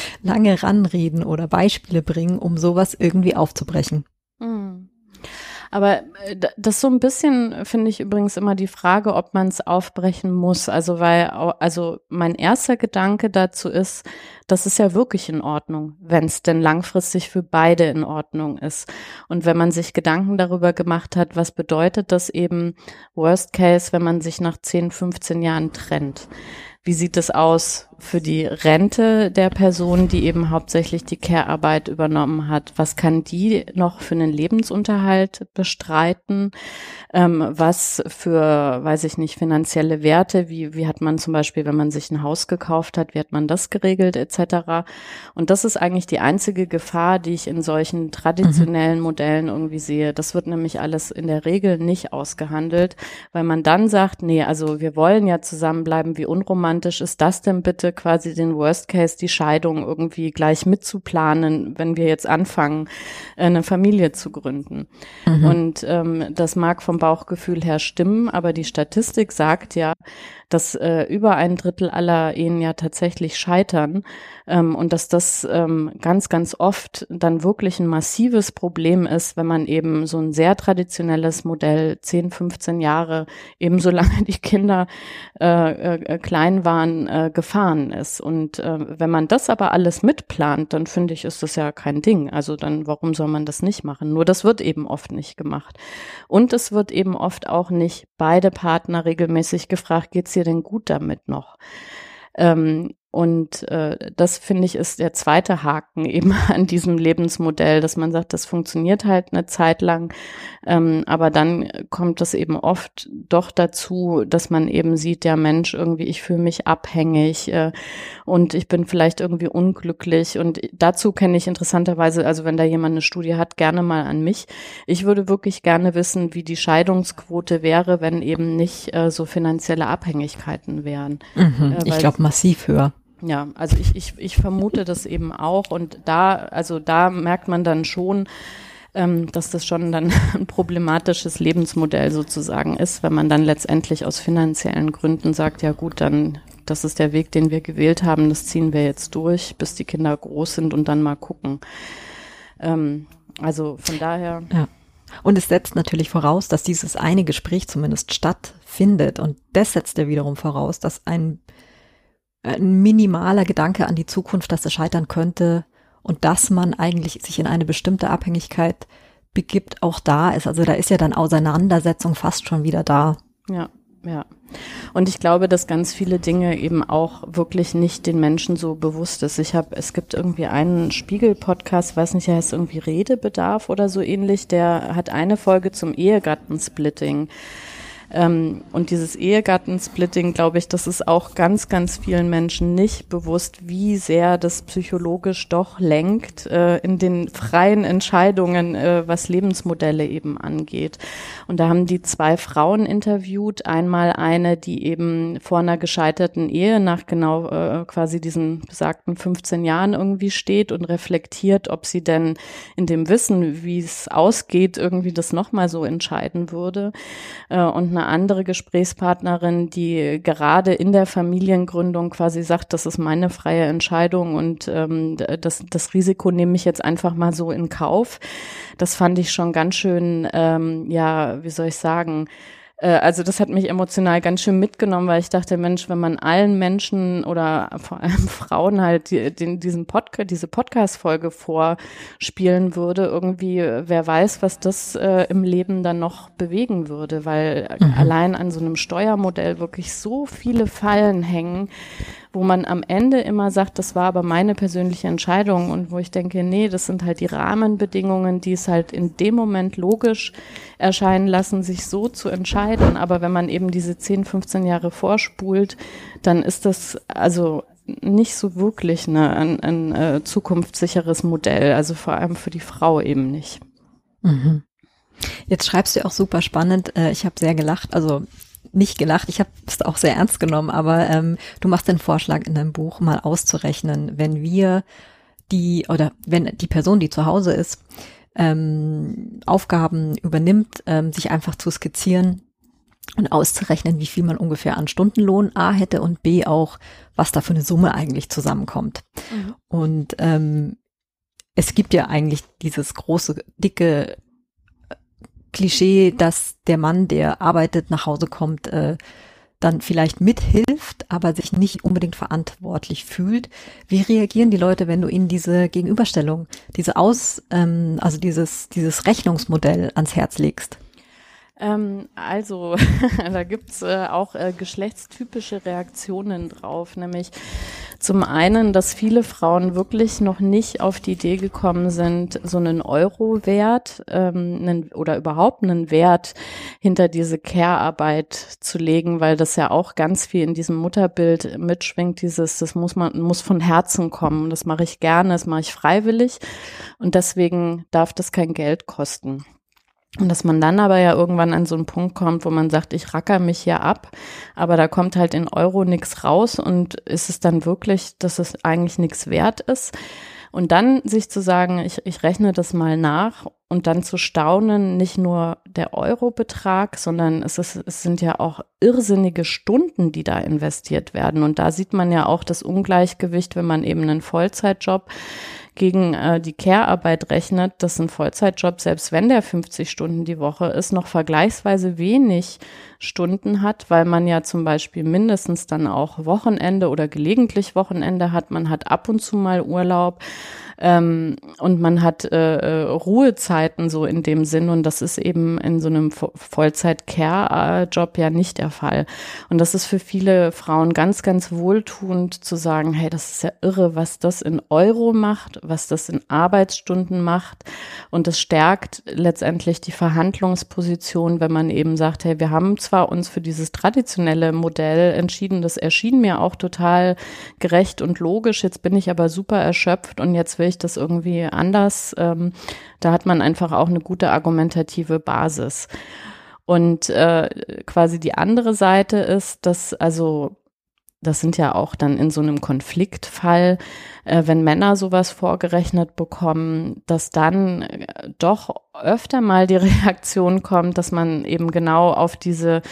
lange ranreden oder Beispiele bringen, um sowas irgendwie aufzubrechen. Aber das ist so ein bisschen, finde ich übrigens immer die Frage, ob man es aufbrechen muss. Also mein erster Gedanke dazu ist, das ist ja wirklich in Ordnung, wenn es denn langfristig für beide in Ordnung ist. Und wenn man sich Gedanken darüber gemacht hat, was bedeutet das eben Worst Case, wenn man sich nach 10, 15 Jahren trennt? Wie sieht es aus für die Rente der Person, die eben hauptsächlich die Care-Arbeit übernommen hat? Was kann die noch für einen Lebensunterhalt bestreiten? Was für, weiß ich nicht, finanzielle Werte? Wie hat man zum Beispiel, wenn man sich ein Haus gekauft hat, wie hat man das geregelt etc.? Und das ist eigentlich die einzige Gefahr, die ich in solchen traditionellen Modellen irgendwie sehe. Das wird nämlich alles in der Regel nicht ausgehandelt, weil man dann sagt, nee, also wir wollen ja zusammenbleiben, wie unromantisch ist das denn bitte, quasi den Worst Case, die Scheidung irgendwie gleich mitzuplanen, wenn wir jetzt anfangen, eine Familie zu gründen. Und das mag vom Bauchgefühl her stimmen, aber die Statistik sagt ja, dass über 1/3 aller Ehen ja tatsächlich scheitern und dass das ganz, ganz oft dann wirklich ein massives Problem ist, wenn man eben so ein sehr traditionelles Modell 10, 15 Jahre, eben solange die Kinder klein waren, gefahren ist. Und wenn man das aber alles mitplant, dann finde ich, ist das ja kein Ding. Also dann, warum soll man das nicht machen? Nur das wird eben oft nicht gemacht. Und es wird eben oft auch nicht beide Partner regelmäßig gefragt, geht's dir denn gut damit noch? Und das, finde ich, ist der zweite Haken eben an diesem Lebensmodell, dass man sagt, das funktioniert halt eine Zeit lang, aber dann kommt es eben oft doch dazu, dass man eben sieht, ja Mensch, irgendwie ich fühle mich abhängig und ich bin vielleicht irgendwie unglücklich und dazu kenne ich interessanterweise, also wenn da jemand eine Studie hat, gerne mal an mich. Ich würde wirklich gerne wissen, wie die Scheidungsquote wäre, wenn eben nicht so finanzielle Abhängigkeiten wären. Ich glaube massiv höher. Ja, also ich vermute das eben auch und da merkt man dann schon, dass das schon dann ein problematisches Lebensmodell sozusagen ist, wenn man dann letztendlich aus finanziellen Gründen sagt, ja gut, dann das ist der Weg, den wir gewählt haben, das ziehen wir jetzt durch, bis die Kinder groß sind und dann mal gucken. Also von daher. Ja. Und es setzt natürlich voraus, dass dieses eine Gespräch zumindest stattfindet und das setzt ja wiederum voraus, dass ein minimaler Gedanke an die Zukunft, dass es scheitern könnte und dass man eigentlich sich in eine bestimmte Abhängigkeit begibt, auch da ist. Also da ist ja dann Auseinandersetzung fast schon wieder da. Ja. Und ich glaube, dass ganz viele Dinge eben auch wirklich nicht den Menschen so bewusst ist. Es gibt irgendwie einen Spiegel-Podcast, weiß nicht, der heißt irgendwie Redebedarf oder so ähnlich, der hat eine Folge zum Ehegattensplitting. Und dieses Ehegattensplitting, glaube ich, das ist auch ganz, ganz vielen Menschen nicht bewusst, wie sehr das psychologisch doch lenkt in den freien Entscheidungen, was Lebensmodelle eben angeht. Und da haben die 2 Frauen interviewt, einmal eine, die eben vor einer gescheiterten Ehe nach genau quasi diesen besagten 15 Jahren irgendwie steht und reflektiert, ob sie denn in dem Wissen, wie es ausgeht, irgendwie das nochmal so entscheiden würde. Und eine andere Gesprächspartnerin, die gerade in der Familiengründung quasi sagt, das ist meine freie Entscheidung und das Risiko nehme ich jetzt einfach mal so in Kauf. Das fand ich schon ganz schön, wie soll ich sagen, also das hat mich emotional ganz schön mitgenommen, weil ich dachte, Mensch, wenn man allen Menschen oder vor allem Frauen halt diese Podcast-Folge vorspielen würde, irgendwie, wer weiß, was das im Leben dann noch bewegen würde, weil allein an so einem Steuermodell wirklich so viele Fallen hängen, wo man am Ende immer sagt, das war aber meine persönliche Entscheidung und wo ich denke, nee, das sind halt die Rahmenbedingungen, die es halt in dem Moment logisch erscheinen lassen, sich so zu entscheiden. Aber wenn man eben diese 10, 15 Jahre vorspult, dann ist das also nicht so wirklich ein zukunftssicheres Modell, also vor allem für die Frau eben nicht. Mhm. Jetzt schreibst du auch super spannend, ich habe sehr gelacht, also nicht gelacht, ich habe es auch sehr ernst genommen, aber du machst den Vorschlag in deinem Buch mal auszurechnen, wenn die Person, die zu Hause ist, Aufgaben übernimmt, sich einfach zu skizzieren und auszurechnen, wie viel man ungefähr an Stundenlohn A hätte und B auch, was da für eine Summe eigentlich zusammenkommt. Mhm. Und es gibt ja eigentlich dieses große, dicke Klischee, dass der Mann, der arbeitet, nach Hause kommt, dann vielleicht mithilft, aber sich nicht unbedingt verantwortlich fühlt. Wie reagieren die Leute, wenn du ihnen diese Gegenüberstellung, also dieses Rechnungsmodell ans Herz legst? Also, da gibt's auch geschlechtstypische Reaktionen drauf, nämlich zum einen, dass viele Frauen wirklich noch nicht auf die Idee gekommen sind, so einen Euro-Wert oder überhaupt einen Wert hinter diese Care-Arbeit zu legen, weil das ja auch ganz viel in diesem Mutterbild mitschwingt, das muss von Herzen kommen. Das mache ich gerne, das mache ich freiwillig und deswegen darf das kein Geld kosten. Und dass man dann aber ja irgendwann an so einen Punkt kommt, wo man sagt, ich racker mich hier ab, aber da kommt halt in Euro nichts raus und ist es dann wirklich, dass es eigentlich nichts wert ist? Und dann sich zu sagen, ich rechne das mal nach und dann zu staunen, nicht nur der Eurobetrag, sondern es sind ja auch irrsinnige Stunden, die da investiert werden. Und da sieht man ja auch das Ungleichgewicht, wenn man eben einen Vollzeitjob gegen die Care-Arbeit rechnet, dass ein Vollzeitjob, selbst wenn der 50 Stunden die Woche ist, noch vergleichsweise wenig Stunden hat, weil man ja zum Beispiel mindestens dann auch Wochenende oder gelegentlich Wochenende hat. Man hat ab und zu mal Urlaub und man hat Ruhezeiten so in dem Sinn und das ist eben in so einem Vollzeit-Care-Job ja nicht der Fall. Und das ist für viele Frauen ganz, ganz wohltuend zu sagen, hey, das ist ja irre, was das in Euro macht, was das in Arbeitsstunden macht und das stärkt letztendlich die Verhandlungsposition, wenn man eben sagt, hey, wir haben zwar uns für dieses traditionelle Modell entschieden, das erschien mir auch total gerecht und logisch, jetzt bin ich aber super erschöpft und jetzt will ich das irgendwie anders. Da hat man einfach auch eine gute argumentative Basis. Und quasi die andere Seite ist, dass das sind ja auch dann in so einem Konfliktfall, wenn Männer sowas vorgerechnet bekommen, dass dann doch öfter mal die Reaktion kommt, dass man eben genau auf diese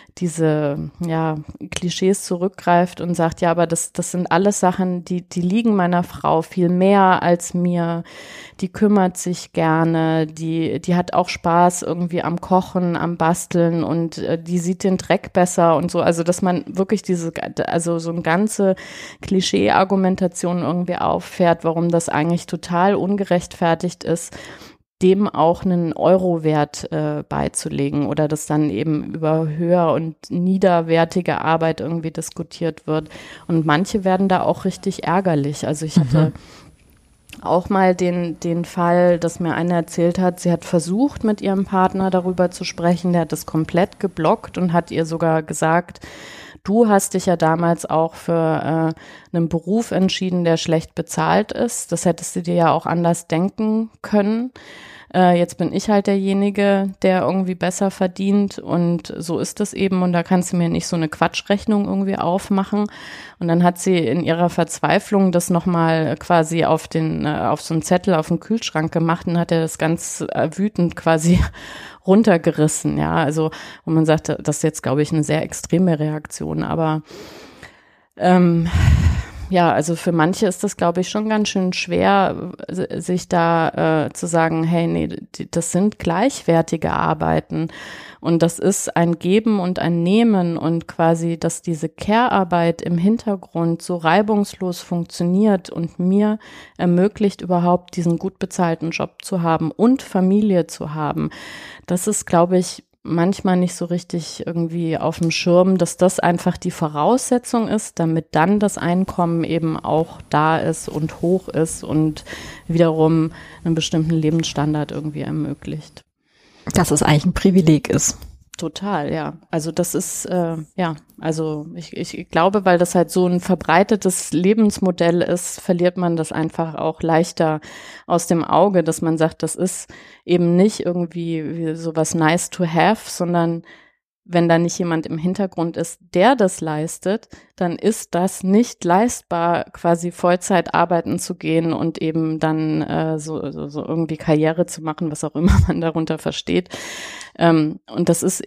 Klischees zurückgreift und sagt, ja, aber das sind alles Sachen, die liegen meiner Frau viel mehr als mir, die kümmert sich gerne, die hat auch Spaß irgendwie am Kochen, am Basteln und die sieht den Dreck besser und so, also dass man wirklich so eine ganze Klischee-Argumentation irgendwie auffährt, warum das eigentlich total ungerechtfertigt ist, dem auch einen Euro-Wert beizulegen oder dass dann eben über höher und niederwertige Arbeit irgendwie diskutiert wird. Und manche werden da auch richtig ärgerlich. Also ich hatte auch mal den Fall, dass mir eine erzählt hat, sie hat versucht, mit ihrem Partner darüber zu sprechen, der hat das komplett geblockt und hat ihr sogar gesagt, du hast dich ja damals auch für einen Beruf entschieden, der schlecht bezahlt ist. Das hättest du dir ja auch anders denken können. Jetzt bin ich halt derjenige, der irgendwie besser verdient und so ist es eben und da kannst du mir nicht so eine Quatschrechnung irgendwie aufmachen. Und dann hat sie in ihrer Verzweiflung das nochmal quasi auf so einen Zettel auf den Kühlschrank gemacht und hat er das ganz wütend quasi runtergerissen, ja, also wo man sagt, das ist jetzt, glaube ich, eine sehr extreme Reaktion, aber ja, also für manche ist das, glaube ich, schon ganz schön schwer, sich da zu sagen, hey, nee, das sind gleichwertige Arbeiten und das ist ein Geben und ein Nehmen und quasi, dass diese Care-Arbeit im Hintergrund so reibungslos funktioniert und mir ermöglicht, überhaupt diesen gut bezahlten Job zu haben und Familie zu haben. Das ist, glaube ich, manchmal nicht so richtig irgendwie auf dem Schirm, dass das einfach die Voraussetzung ist, damit dann das Einkommen eben auch da ist und hoch ist und wiederum einen bestimmten Lebensstandard irgendwie ermöglicht. Dass es eigentlich ein Privileg ist. Total, ja. Also das ist, also ich glaube, weil das halt so ein verbreitetes Lebensmodell ist, verliert man das einfach auch leichter aus dem Auge, dass man sagt, das ist eben nicht irgendwie wie sowas nice to have, sondern wenn da nicht jemand im Hintergrund ist, der das leistet, dann ist das nicht leistbar, quasi Vollzeit arbeiten zu gehen und eben dann so irgendwie Karriere zu machen, was auch immer man darunter versteht. Und das ist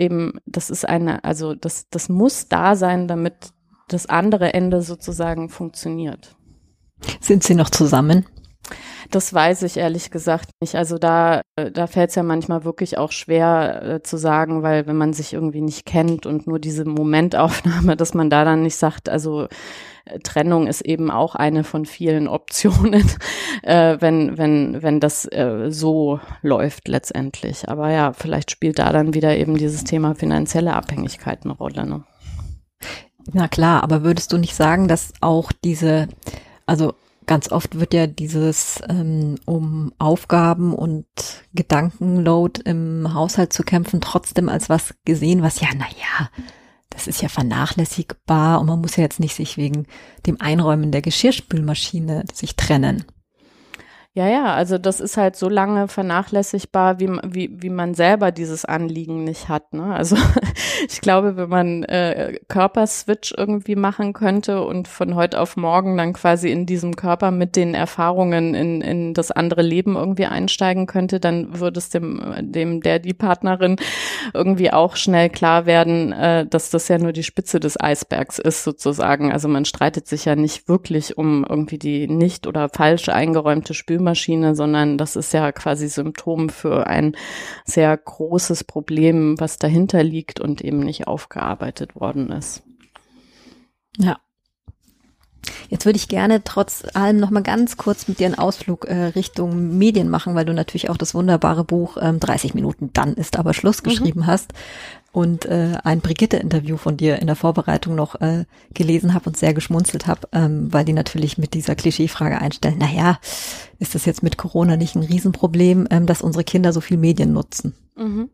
das muss da sein, damit das andere Ende sozusagen funktioniert. Sind Sie noch zusammen? Das weiß ich ehrlich gesagt nicht. Also da fällt es ja manchmal wirklich auch schwer zu sagen, weil wenn man sich irgendwie nicht kennt und nur diese Momentaufnahme, dass man da dann nicht sagt, also Trennung ist eben auch eine von vielen Optionen, wenn das so läuft letztendlich. Aber ja, vielleicht spielt da dann wieder eben dieses Thema finanzielle Abhängigkeit eine Rolle, ne? Na klar, aber würdest du nicht sagen, dass auch also ganz oft wird ja dieses um Aufgaben und Gedankenload im Haushalt zu kämpfen trotzdem als was gesehen, was ja, naja, das ist ja vernachlässigbar und man muss ja jetzt nicht sich wegen dem Einräumen der Geschirrspülmaschine sich trennen. Ja, also das ist halt so lange vernachlässigbar, wie man selber dieses Anliegen nicht hat, ne? Also ich glaube, wenn man Körperswitch irgendwie machen könnte und von heute auf morgen dann quasi in diesem Körper mit den Erfahrungen in das andere Leben irgendwie einsteigen könnte, dann würde es die Partnerin irgendwie auch schnell klar werden, dass das ja nur die Spitze des Eisbergs ist sozusagen. Also man streitet sich ja nicht wirklich um irgendwie die nicht oder falsch eingeräumte Spülmaschine, sondern das ist ja quasi Symptom für ein sehr großes Problem, was dahinter liegt und eben nicht aufgearbeitet worden ist. Ja. Jetzt würde ich gerne trotz allem noch mal ganz kurz mit dir einen Ausflug Richtung Medien machen, weil du natürlich auch das wunderbare Buch 30 Minuten, dann ist aber Schluss geschrieben hast und ein Brigitte-Interview von dir in der Vorbereitung noch gelesen habe und sehr geschmunzelt habe, weil die natürlich mit dieser Klischeefrage einstellen, naja, ist das jetzt mit Corona nicht ein Riesenproblem, dass unsere Kinder so viel Medien nutzen? Mhm.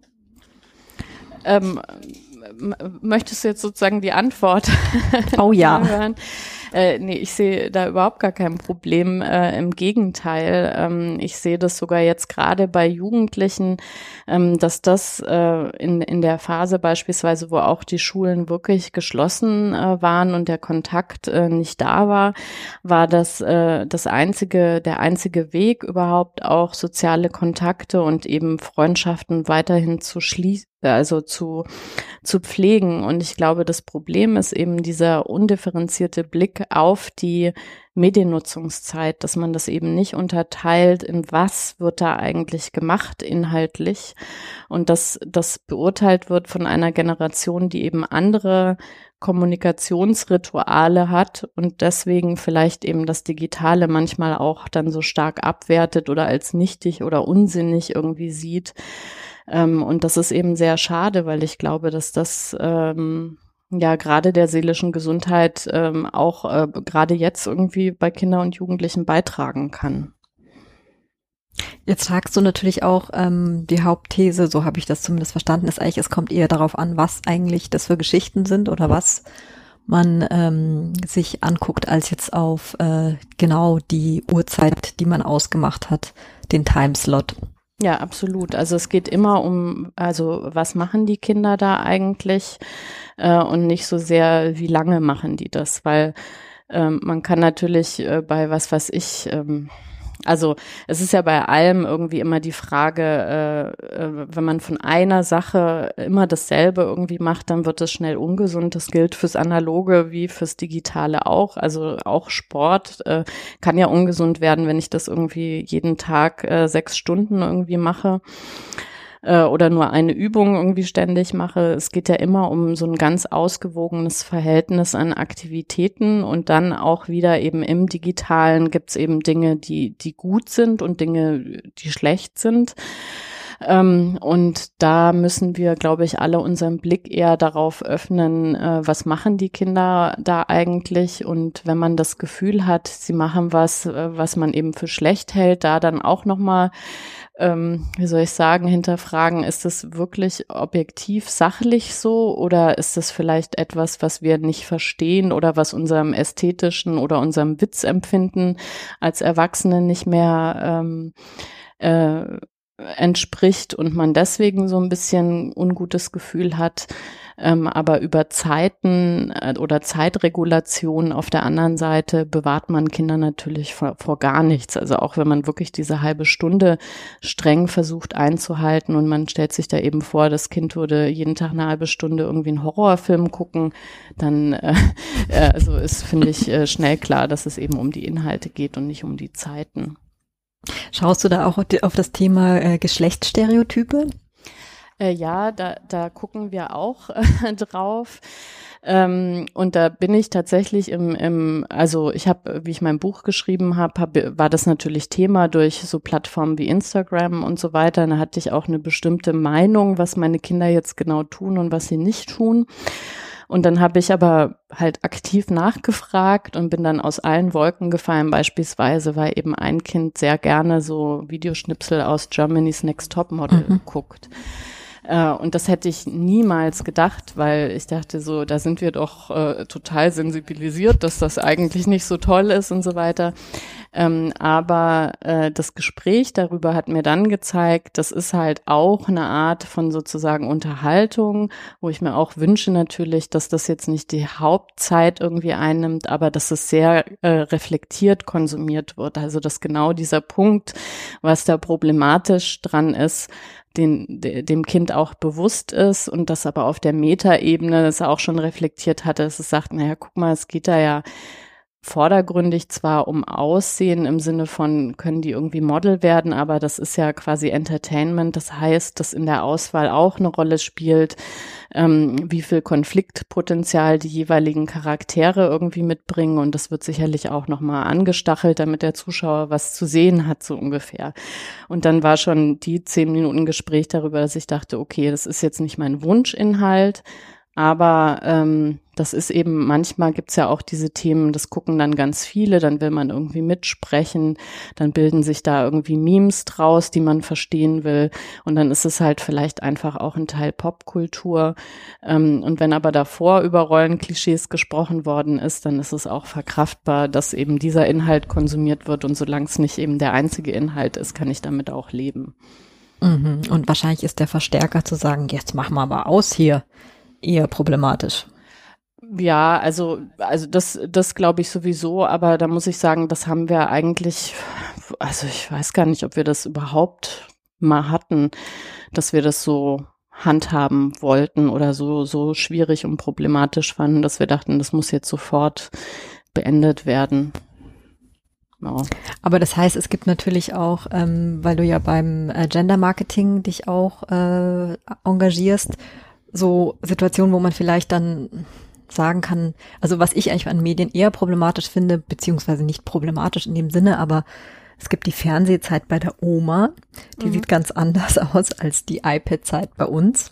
Möchtest du jetzt sozusagen die Antwort Oh ja. hören? Nee, ich sehe da überhaupt gar kein Problem. Im Gegenteil, ich sehe das sogar jetzt gerade bei Jugendlichen, dass das in der Phase beispielsweise, wo auch die Schulen wirklich geschlossen waren und der Kontakt nicht da war das der einzige Weg überhaupt auch soziale Kontakte und eben Freundschaften weiterhin zu schließen, also zu pflegen. Und ich glaube, das Problem ist eben dieser undifferenzierte Blick auf die Mediennutzungszeit, dass man das eben nicht unterteilt, in was wird da eigentlich gemacht inhaltlich und dass das beurteilt wird von einer Generation, die eben andere Kommunikationsrituale hat und deswegen vielleicht eben das Digitale manchmal auch dann so stark abwertet oder als nichtig oder unsinnig irgendwie sieht. Und das ist eben sehr schade, weil ich glaube, dass das ja gerade der seelischen Gesundheit auch gerade jetzt irgendwie bei Kindern und Jugendlichen beitragen kann. Jetzt sagst du natürlich auch, die Hauptthese, so habe ich das zumindest verstanden, ist eigentlich, es kommt eher darauf an, was eigentlich das für Geschichten sind oder was man sich anguckt, als jetzt auf genau die Uhrzeit, die man ausgemacht hat, den Timeslot. Ja, absolut. Also es geht immer also was machen die Kinder da eigentlich und nicht so sehr, wie lange machen die das, weil man kann natürlich bei was weiß ich, also es ist ja bei allem irgendwie immer die Frage, wenn man von einer Sache immer dasselbe irgendwie macht, dann wird es schnell ungesund. Das gilt fürs Analoge wie fürs Digitale auch. Also auch Sport kann ja ungesund werden, wenn ich das irgendwie jeden Tag 6 Stunden irgendwie mache. Oder nur eine Übung irgendwie ständig mache. Es geht ja immer um so ein ganz ausgewogenes Verhältnis an Aktivitäten und dann auch wieder eben im Digitalen gibt es eben Dinge, die gut sind und Dinge, die schlecht sind. Und da müssen wir, glaube ich, alle unseren Blick eher darauf öffnen, was machen die Kinder da eigentlich? Und wenn man das Gefühl hat, sie machen was man eben für schlecht hält, da dann auch nochmal wie soll ich sagen, hinterfragen, ist es wirklich objektiv sachlich so oder ist es vielleicht etwas, was wir nicht verstehen oder was unserem ästhetischen oder unserem Witzempfinden als Erwachsene nicht mehr entspricht und man deswegen so ein bisschen ungutes Gefühl hat, aber über Zeiten oder Zeitregulation auf der anderen Seite bewahrt man Kinder natürlich vor gar nichts. Also auch wenn man wirklich diese halbe Stunde streng versucht einzuhalten und man stellt sich da eben vor, das Kind würde jeden Tag eine halbe Stunde irgendwie einen Horrorfilm gucken, dann also ist, finde ich, schnell klar, dass es eben um die Inhalte geht und nicht um die Zeiten. Schaust du da auch auf das Thema Geschlechtsstereotype? Ja, da gucken wir auch drauf. Und da bin ich tatsächlich also ich habe, wie ich mein Buch geschrieben habe, war das natürlich Thema durch so Plattformen wie Instagram und so weiter. Da hatte ich auch eine bestimmte Meinung, was meine Kinder jetzt genau tun und was sie nicht tun. Und dann habe ich aber halt aktiv nachgefragt und bin dann aus allen Wolken gefallen, beispielsweise, weil eben ein Kind sehr gerne so Videoschnipsel aus Germany's Next Topmodel guckt. Und das hätte ich niemals gedacht, weil ich dachte so, da sind wir doch total sensibilisiert, dass das eigentlich nicht so toll ist und so weiter. Aber das Gespräch darüber hat mir dann gezeigt, das ist halt auch eine Art von sozusagen Unterhaltung, wo ich mir auch wünsche natürlich, dass das jetzt nicht die Hauptzeit irgendwie einnimmt, aber dass es sehr reflektiert konsumiert wird. Also dass genau dieser Punkt, was da problematisch dran ist, dem Kind auch bewusst ist und das aber auf der Metaebene es auch schon reflektiert hatte, dass es sagt, naja, guck mal, es geht da ja vordergründig zwar um Aussehen im Sinne von, können die irgendwie Model werden, aber das ist ja quasi Entertainment. Das heißt, dass in der Auswahl auch eine Rolle spielt, wie viel Konfliktpotenzial die jeweiligen Charaktere irgendwie mitbringen. Und das wird sicherlich auch nochmal angestachelt, damit der Zuschauer was zu sehen hat, so ungefähr. Und dann war schon die 10 Minuten Gespräch darüber, dass ich dachte, okay, das ist jetzt nicht mein Wunschinhalt, aber das ist eben, manchmal gibt's ja auch diese Themen, das gucken dann ganz viele, dann will man irgendwie mitsprechen, dann bilden sich da irgendwie Memes draus, die man verstehen will und dann ist es halt vielleicht einfach auch ein Teil Popkultur und wenn aber davor über Rollenklischees gesprochen worden ist, dann ist es auch verkraftbar, dass eben dieser Inhalt konsumiert wird und solange es nicht eben der einzige Inhalt ist, kann ich damit auch leben. Und wahrscheinlich ist der Verstärker zu sagen, jetzt machen wir aber aus hier, eher problematisch. Ja, also das glaube ich sowieso, aber da muss ich sagen, das haben wir eigentlich, also ich weiß gar nicht, ob wir das überhaupt mal hatten, dass wir das so handhaben wollten oder so schwierig und problematisch fanden, dass wir dachten, das muss jetzt sofort beendet werden. Ja. Aber das heißt, es gibt natürlich auch, weil du ja beim Gender Marketing dich auch engagierst, so Situationen, wo man vielleicht dann sagen kann, also was ich eigentlich an Medien eher problematisch finde, beziehungsweise nicht problematisch in dem Sinne, aber es gibt die Fernsehzeit bei der Oma, die sieht ganz anders aus als die iPad-Zeit bei uns.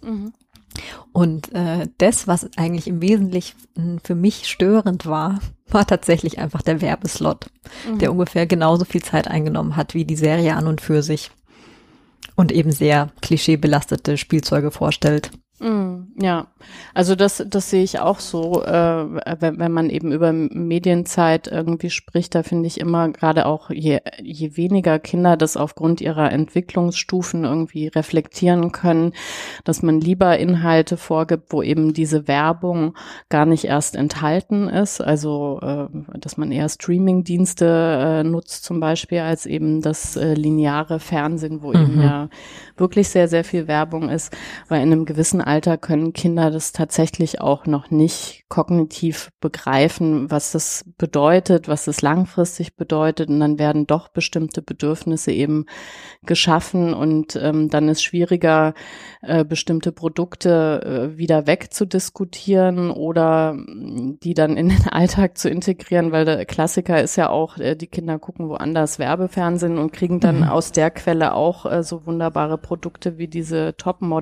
Und das, was eigentlich im Wesentlichen für mich störend war tatsächlich einfach der Werbeslot, der ungefähr genauso viel Zeit eingenommen hat wie die Serie an und für sich und eben sehr klischeebelastete Spielzeuge vorstellt. Ja, also das sehe ich auch so, wenn man eben über Medienzeit irgendwie spricht, da finde ich immer gerade auch, je weniger Kinder das aufgrund ihrer Entwicklungsstufen irgendwie reflektieren können, dass man lieber Inhalte vorgibt, wo eben diese Werbung gar nicht erst enthalten ist, also dass man eher Streaming-Dienste nutzt zum Beispiel, als eben das lineare Fernsehen, wo eben ja wirklich sehr, sehr viel Werbung ist, weil in einem gewissen Alter können Kinder das tatsächlich auch noch nicht kognitiv begreifen, was das bedeutet, was das langfristig bedeutet und dann werden doch bestimmte Bedürfnisse eben geschaffen und dann ist schwieriger, bestimmte Produkte wieder wegzudiskutieren oder die dann in den Alltag zu integrieren, weil der Klassiker ist ja auch, die Kinder gucken woanders Werbefernsehen und kriegen dann aus der Quelle auch so wunderbare Produkte wie diese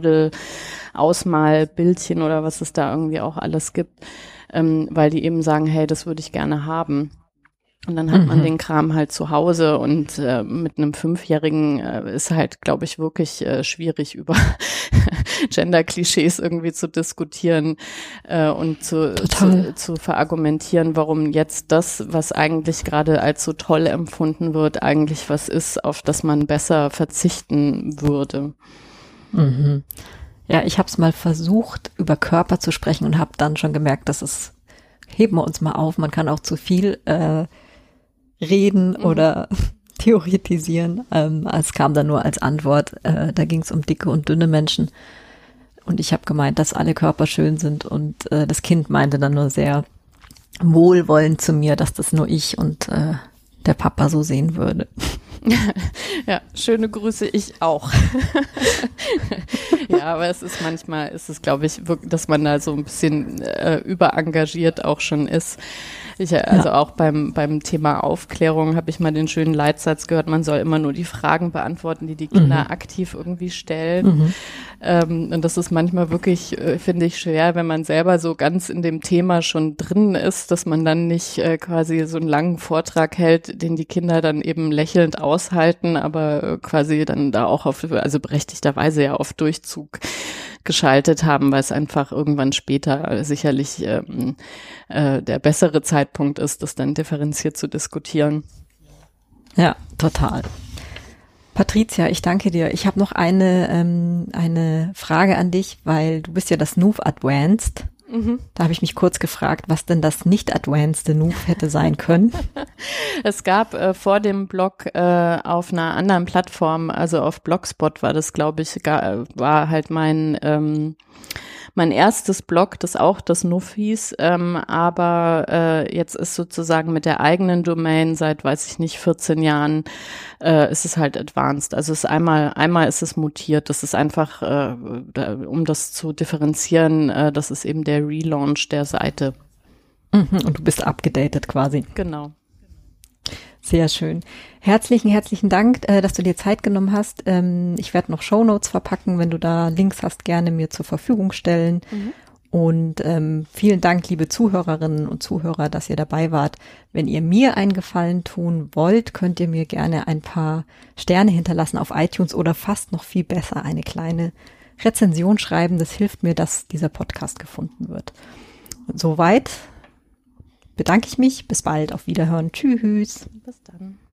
Topmodel-Ausmalbildchen oder was es da irgendwie auch alles gibt, weil die eben sagen, hey, das würde ich gerne haben. Und dann hat man den Kram halt zu Hause und mit einem 5-Jährigen ist halt, glaube ich, wirklich schwierig über Gender-Klischees irgendwie zu diskutieren und zu verargumentieren, warum jetzt das, was eigentlich gerade als so toll empfunden wird, eigentlich was ist, auf das man besser verzichten würde. Ja, ich habe es mal versucht, über Körper zu sprechen und habe dann schon gemerkt, dass es, heben wir uns mal auf, man kann auch zu viel reden oder theoretisieren. Es kam dann nur als Antwort, da ging es um dicke und dünne Menschen. Und ich habe gemeint, dass alle Körper schön sind und das Kind meinte dann nur sehr wohlwollend zu mir, dass das nur ich und der Papa so sehen würde. Ja, schöne Grüße, ich auch. Ja, aber es ist manchmal, glaube ich, wirklich, dass man da so ein bisschen überengagiert auch schon ist. Also auch beim Thema Aufklärung habe ich mal den schönen Leitsatz gehört, man soll immer nur die Fragen beantworten, die Kinder aktiv irgendwie stellen. Und das ist manchmal wirklich, finde ich, schwer, wenn man selber so ganz in dem Thema schon drin ist, dass man dann nicht quasi so einen langen Vortrag hält, den die Kinder dann eben lächelnd aushalten, aber quasi dann da auch also berechtigterweise ja auf Durchzug geschaltet haben, weil es einfach irgendwann später sicherlich der bessere Zeitpunkt ist, das dann differenziert zu diskutieren. Ja, total. Patricia, ich danke dir. Ich habe noch eine Frage an dich, weil du bist ja das Noof Advanced. Da habe ich mich kurz gefragt, was denn das nicht advanced Noof hätte sein können. Es gab vor dem Blog auf einer anderen Plattform, also auf Blogspot war das, glaube ich, war halt mein erstes Blog, das auch das Noof hieß, aber jetzt ist sozusagen mit der eigenen Domain seit, weiß ich nicht, 14 Jahren ist es halt advanced. Also es ist einmal ist es mutiert. Das ist einfach, um das zu differenzieren, das ist eben der Relaunch der Seite. Und du bist abgedatet quasi. Genau. Sehr schön. Herzlichen Dank, dass du dir Zeit genommen hast. Ich werde noch Shownotes verpacken, wenn du da Links hast, gerne mir zur Verfügung stellen. Und vielen Dank, liebe Zuhörerinnen und Zuhörer, dass ihr dabei wart. Wenn ihr mir einen Gefallen tun wollt, könnt ihr mir gerne ein paar Sterne hinterlassen auf iTunes oder fast noch viel besser eine kleine Rezension schreiben. Das hilft mir, dass dieser Podcast gefunden wird. Und soweit bedanke ich mich. Bis bald. Auf Wiederhören. Tschüss. Bis dann.